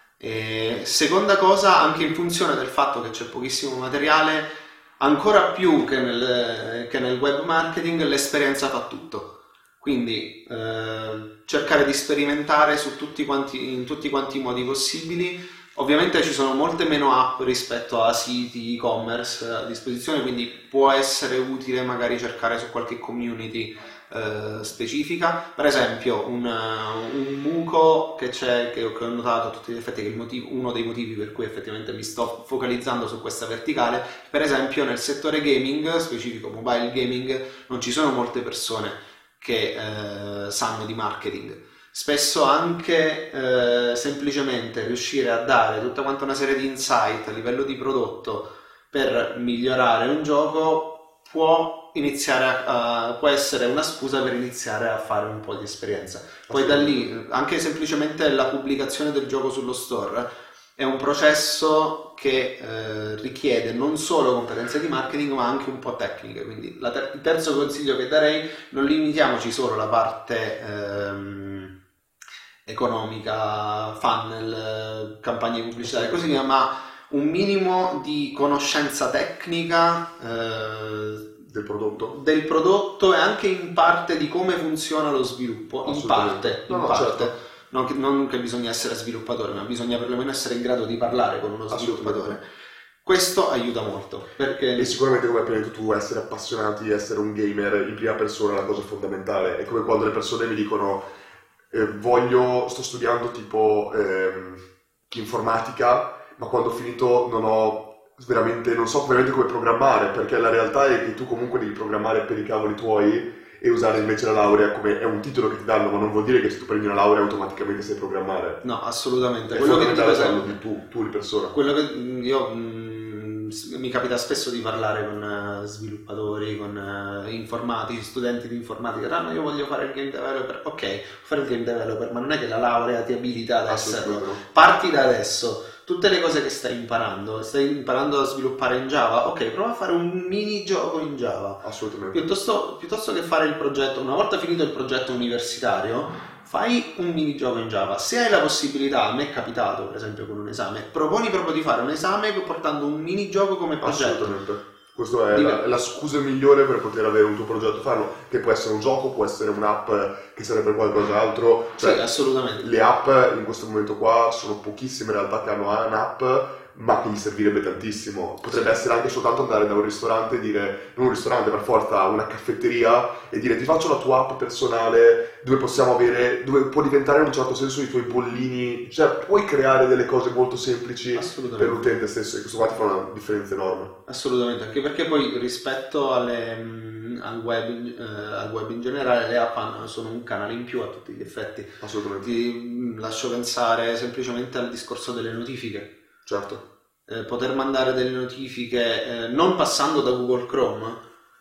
E seconda cosa, anche in funzione del fatto che c'è pochissimo materiale, ancora più che nel, che nel web marketing, l'esperienza fa tutto. Quindi eh, cercare di sperimentare su tutti quanti, in tutti quanti i modi possibili. Ovviamente ci sono molte meno app rispetto a siti e-commerce a disposizione, quindi può essere utile magari cercare su qualche community eh, specifica. Per esempio un, un buco che c'è, che ho notato a tutti gli effetti, che è il motivo, uno dei motivi per cui effettivamente mi sto focalizzando su questa verticale. Per esempio nel settore gaming, specifico mobile gaming, non ci sono molte persone che eh, sanno di marketing. Spesso anche eh, semplicemente riuscire a dare tutta quanta una serie di insight a livello di prodotto per migliorare un gioco può iniziare a, a, può essere una scusa per iniziare a fare un po' di esperienza. Poi da lì anche semplicemente la pubblicazione del gioco sullo store è un processo che eh, richiede non solo competenze di marketing ma anche un po' tecniche, quindi la ter- il terzo consiglio che darei: non limitiamoci solo alla parte ehm, economica, funnel, campagne pubblicitarie e così via, ma un minimo di conoscenza tecnica eh, del prodotto del prodotto e anche in parte di come funziona lo sviluppo, in parte, in no, no, parte. Certo. Non che, non che bisogna essere sviluppatore, ma bisogna perlomeno essere in grado di parlare con uno sviluppatore. Questo aiuta molto, perché... E sicuramente, come hai detto tu, essere appassionati, essere un gamer in prima persona è una cosa fondamentale. È come quando le persone mi dicono eh, voglio, sto studiando tipo ehm, informatica, ma quando ho finito non ho veramente, non so veramente come programmare, perché la realtà è che tu comunque devi programmare per i cavoli tuoi e usare invece la laurea come è un titolo che ti danno, ma non vuol dire che se tu prendi una laurea automaticamente sai programmare. No, assolutamente. È Quello che fondamentale dico farlo sempre, tu, tu di persona. quello che io mh, mi capita spesso di parlare con uh, sviluppatori, con uh, informatici, studenti di informatica. Ah, no, io voglio fare il game developer. Ok, fare il game developer, ma non è che la laurea ti abilita ad esserlo. Parti da adesso. Tutte le cose che stai imparando, stai imparando a sviluppare in Java, ok, prova a fare un mini gioco in Java. Assolutamente. Piuttosto, piuttosto che fare il progetto, una volta finito il progetto universitario, fai un mini gioco in Java. Se hai la possibilità, a me è capitato per esempio con un esame, proponi proprio di fare un esame portando un mini gioco come progetto. Assolutamente. Questa è, la, è la scusa migliore per poter avere un tuo progetto farlo, che può essere un gioco, può essere un'app che serve per qualcos'altro. Cioè, sì, assolutamente. Le app in questo momento qua sono pochissime in realtà che hanno un'app, ma che gli servirebbe tantissimo. Potrebbe essere anche soltanto andare da un ristorante e dire, non un ristorante per forza, una caffetteria, e dire ti faccio la tua app personale dove possiamo avere, dove può diventare in un certo senso i tuoi bollini, cioè puoi creare delle cose molto semplici per l'utente stesso, e questo qua ti fa una differenza enorme. Assolutamente, anche perché poi rispetto alle, mh, al, web, eh, al web in generale, le app sono un canale in più a tutti gli effetti. Assolutamente. Ti mh, lascio pensare semplicemente al discorso delle notifiche. Certo. Eh, poter mandare delle notifiche eh, non passando da Google Chrome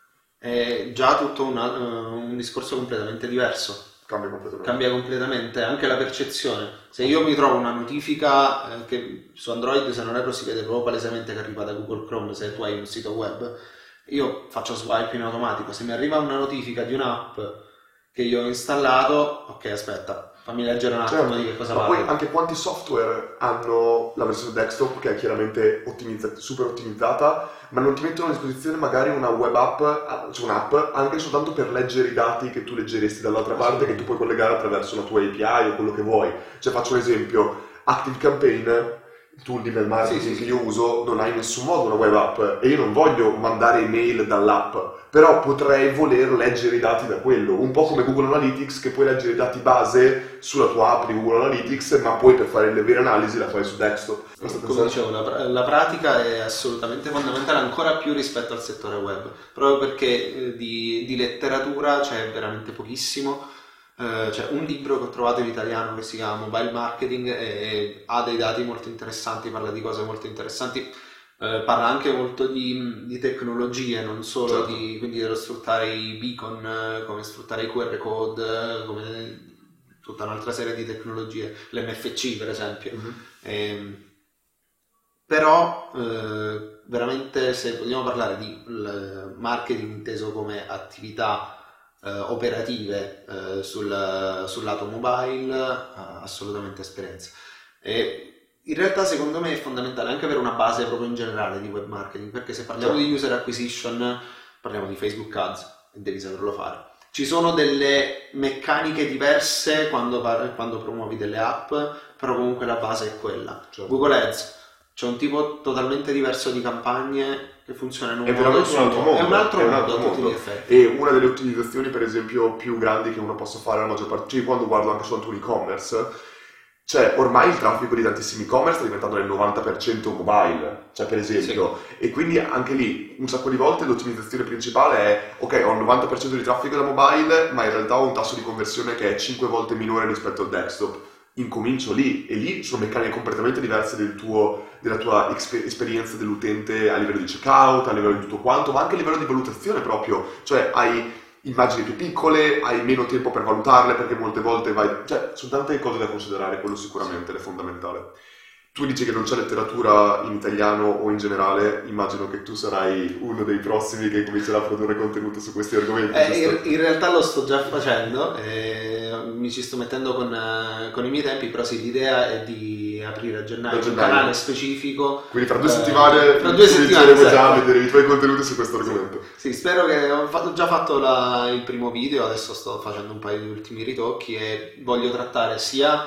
è già tutto una, uh, un discorso completamente diverso. Cambia completamente. Cambia completamente anche la percezione. Se io mi trovo una notifica eh, che su Android, se non erro, si vede proprio palesemente che arriva da Google Chrome, se tu hai un sito web, io faccio swipe in automatico. Se mi arriva una notifica di un'app che io ho installato, ok, aspetta, fammi leggere un attimo certo. di che cosa ma parla. Poi anche quanti software hanno la versione desktop che è chiaramente ottimizzata, super ottimizzata, ma non ti mettono a disposizione magari una web app, cioè un'app anche soltanto per leggere i dati che tu leggeresti dall'altra parte, che tu puoi collegare attraverso la tua A P I o quello che vuoi. Cioè faccio un esempio, ActiveCampaign, il tool di mail marketing sì, sì, che io uso, non ha in nessun modo una web app e io non voglio mandare email dall'app, però potrei voler leggere i dati da quello, un po' come Google Analytics, che puoi leggere i dati base sulla tua app di Google Analytics, ma poi per fare le vere analisi la fai su desktop. Come dicevo, la, la pratica è assolutamente fondamentale, ancora più rispetto al settore web, proprio perché eh, di, di letteratura c'è veramente pochissimo. Uh, c'è un libro che ho trovato in italiano che si chiama Mobile Marketing e, e ha dei dati molto interessanti, parla di cose molto interessanti, uh, parla anche molto di, di tecnologie, non solo certo. di, quindi dello sfruttare i beacon, come sfruttare i Q R code, come tutta un'altra serie di tecnologie, l'M F C per esempio. Mm-hmm. E, però uh, veramente se vogliamo parlare di marketing inteso come attività Uh, operative uh, sul, sul lato mobile, uh, assolutamente esperienza. E in realtà secondo me è fondamentale anche avere una base proprio in generale di web marketing, perché se parliamo certo. di user acquisition parliamo di Facebook Ads e devi saperlo fare. Ci sono delle meccaniche diverse quando, quando promuovi delle app, però comunque la base è quella. Certo. Google Ads c'è un tipo totalmente diverso di campagne che funzionano in un modo, un altro mondo, è un altro è un mondo altro a tutti mondo. gli effetti. E una delle ottimizzazioni, per esempio, più grandi che uno possa fare la maggior parte, cioè quando guardo anche su un e-commerce, cioè ormai il traffico di tantissimi e-commerce sta diventando nel novanta per cento mobile, cioè per esempio, sì. E quindi anche lì un sacco di volte l'ottimizzazione principale è ok, ho il novanta per cento di traffico da mobile, ma in realtà ho un tasso di conversione che è cinque volte minore rispetto al desktop. Incomincio lì, e lì sono meccaniche completamente diverse del tuo, della tua exper- esperienza dell'utente a livello di checkout, a livello di tutto quanto, ma anche a livello di valutazione proprio, cioè hai immagini più piccole, hai meno tempo per valutarle perché molte volte vai, cioè sono tante cose da considerare, quello sicuramente è fondamentale. Tu dici che non c'è letteratura in italiano o in generale, immagino che tu sarai uno dei prossimi che comincerà a produrre contenuto su questi argomenti. Eh, in, in realtà lo sto già facendo, eh, mi ci sto mettendo con, eh, con i miei tempi, però sì, l'idea è di aprire a gennaio, gennaio. un canale specifico. Quindi tra due settimane, eh, tra due settimane inizieremo già a vedere i tuoi contenuti su questo argomento. Sì, sì, spero che ho fatto, già fatto la, il primo video, adesso sto facendo un paio di ultimi ritocchi e voglio trattare sia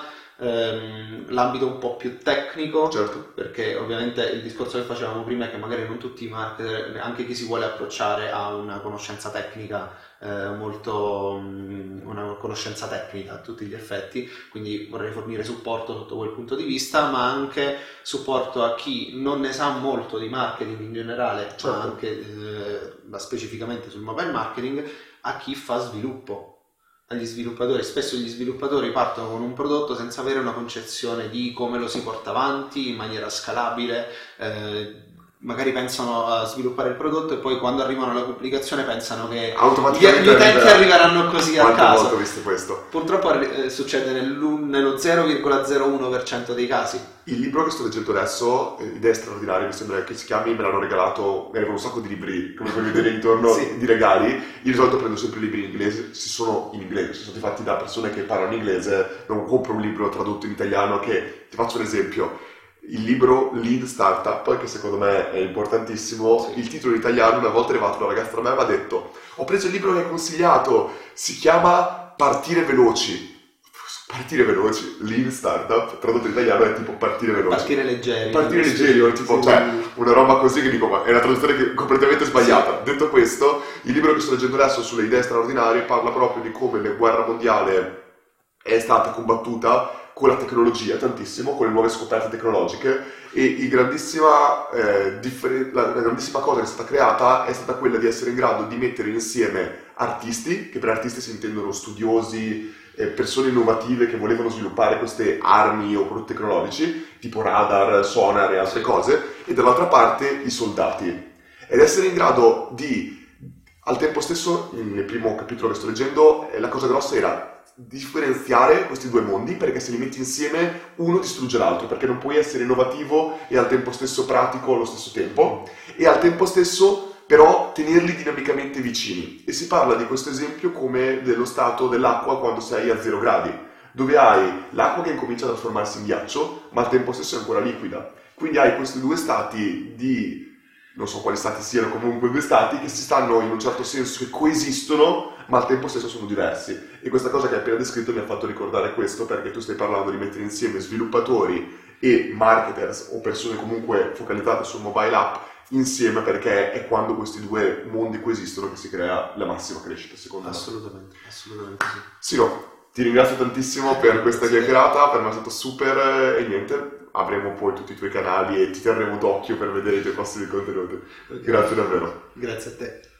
l'ambito un po' più tecnico, certo. Perché ovviamente il discorso che facevamo prima è che magari non tutti i marketer, anche chi si vuole approcciare a una conoscenza tecnica eh, molto una conoscenza tecnica a tutti gli effetti, quindi vorrei fornire supporto sotto quel punto di vista, ma anche supporto a chi non ne sa molto di marketing in generale, certo. Ma anche eh, ma specificamente sul mobile marketing, a chi fa sviluppo. Agli sviluppatori, spesso gli sviluppatori partono con un prodotto senza avere una concezione di come lo si porta avanti in maniera scalabile, eh, magari pensano a sviluppare il prodotto e poi quando arrivano alla pubblicazione pensano che gli utenti arriveranno così a caso. Volte ho visto questo? Purtroppo eh, succede nel, nello zero virgola zero uno per cento dei casi. Il libro che sto leggendo adesso, Idee straordinarie, mi sembra che si chiami, me l'hanno regalato, mi arrivano un sacco di libri, come puoi vedere intorno, sì. Di regali. Io di solito prendo sempre libri in inglese, se sono in inglese, sono stati fatti da persone che parlano inglese, non compro un libro tradotto in italiano che, ti faccio un esempio, il libro Lean Startup, che secondo me è importantissimo, sì. Il titolo in italiano, una volta è arrivato una ragazza da me e mi ha detto, ho preso il libro che hai consigliato, si chiama Partire Veloci. Partire veloci, Lean Startup, tradotto in italiano è tipo partire veloci. Partire leggeri. Partire leggeri, o tipo, sì, cioè, una roba così che dico, ma è una traduzione che, completamente sbagliata. Sì. Detto questo, il libro che sto leggendo adesso sulle idee straordinarie parla proprio di come la guerra mondiale è stata combattuta con la tecnologia, tantissimo, con le nuove scoperte tecnologiche, e il grandissima, eh, differ- la, la grandissima cosa che è stata creata è stata quella di essere in grado di mettere insieme artisti, che per artisti si intendono studiosi, persone innovative che volevano sviluppare queste armi o prodotti tecnologici, tipo radar, sonar e altre cose, e dall'altra parte i soldati. Ed essere in grado di, al tempo stesso, nel primo capitolo che sto leggendo, la cosa grossa era differenziare questi due mondi, perché se li metti insieme uno distrugge l'altro, perché non puoi essere innovativo e al tempo stesso pratico allo stesso tempo, e al tempo stesso però tenerli dinamicamente vicini. E si parla di questo esempio come dello stato dell'acqua quando sei a zero gradi, dove hai l'acqua che incomincia a trasformarsi in ghiaccio, ma al tempo stesso è ancora liquida. Quindi hai questi due stati di, non so quali stati siano, comunque due stati che si stanno in un certo senso, che coesistono, ma al tempo stesso sono diversi. E questa cosa che hai appena descritto mi ha fatto ricordare questo, perché tu stai parlando di mettere insieme sviluppatori e marketers o persone comunque focalizzate su mobile app insieme, perché è quando questi due mondi coesistono che si crea la massima crescita, secondo assolutamente, me. Assolutamente, assolutamente sì. Sì, no, ti ringrazio tantissimo per questa chiacchierata, per me è stato super, e niente, avremo poi tutti i tuoi canali e ti terremo d'occhio per vedere i tuoi prossimi contenuti. Grazie davvero. Grazie a te.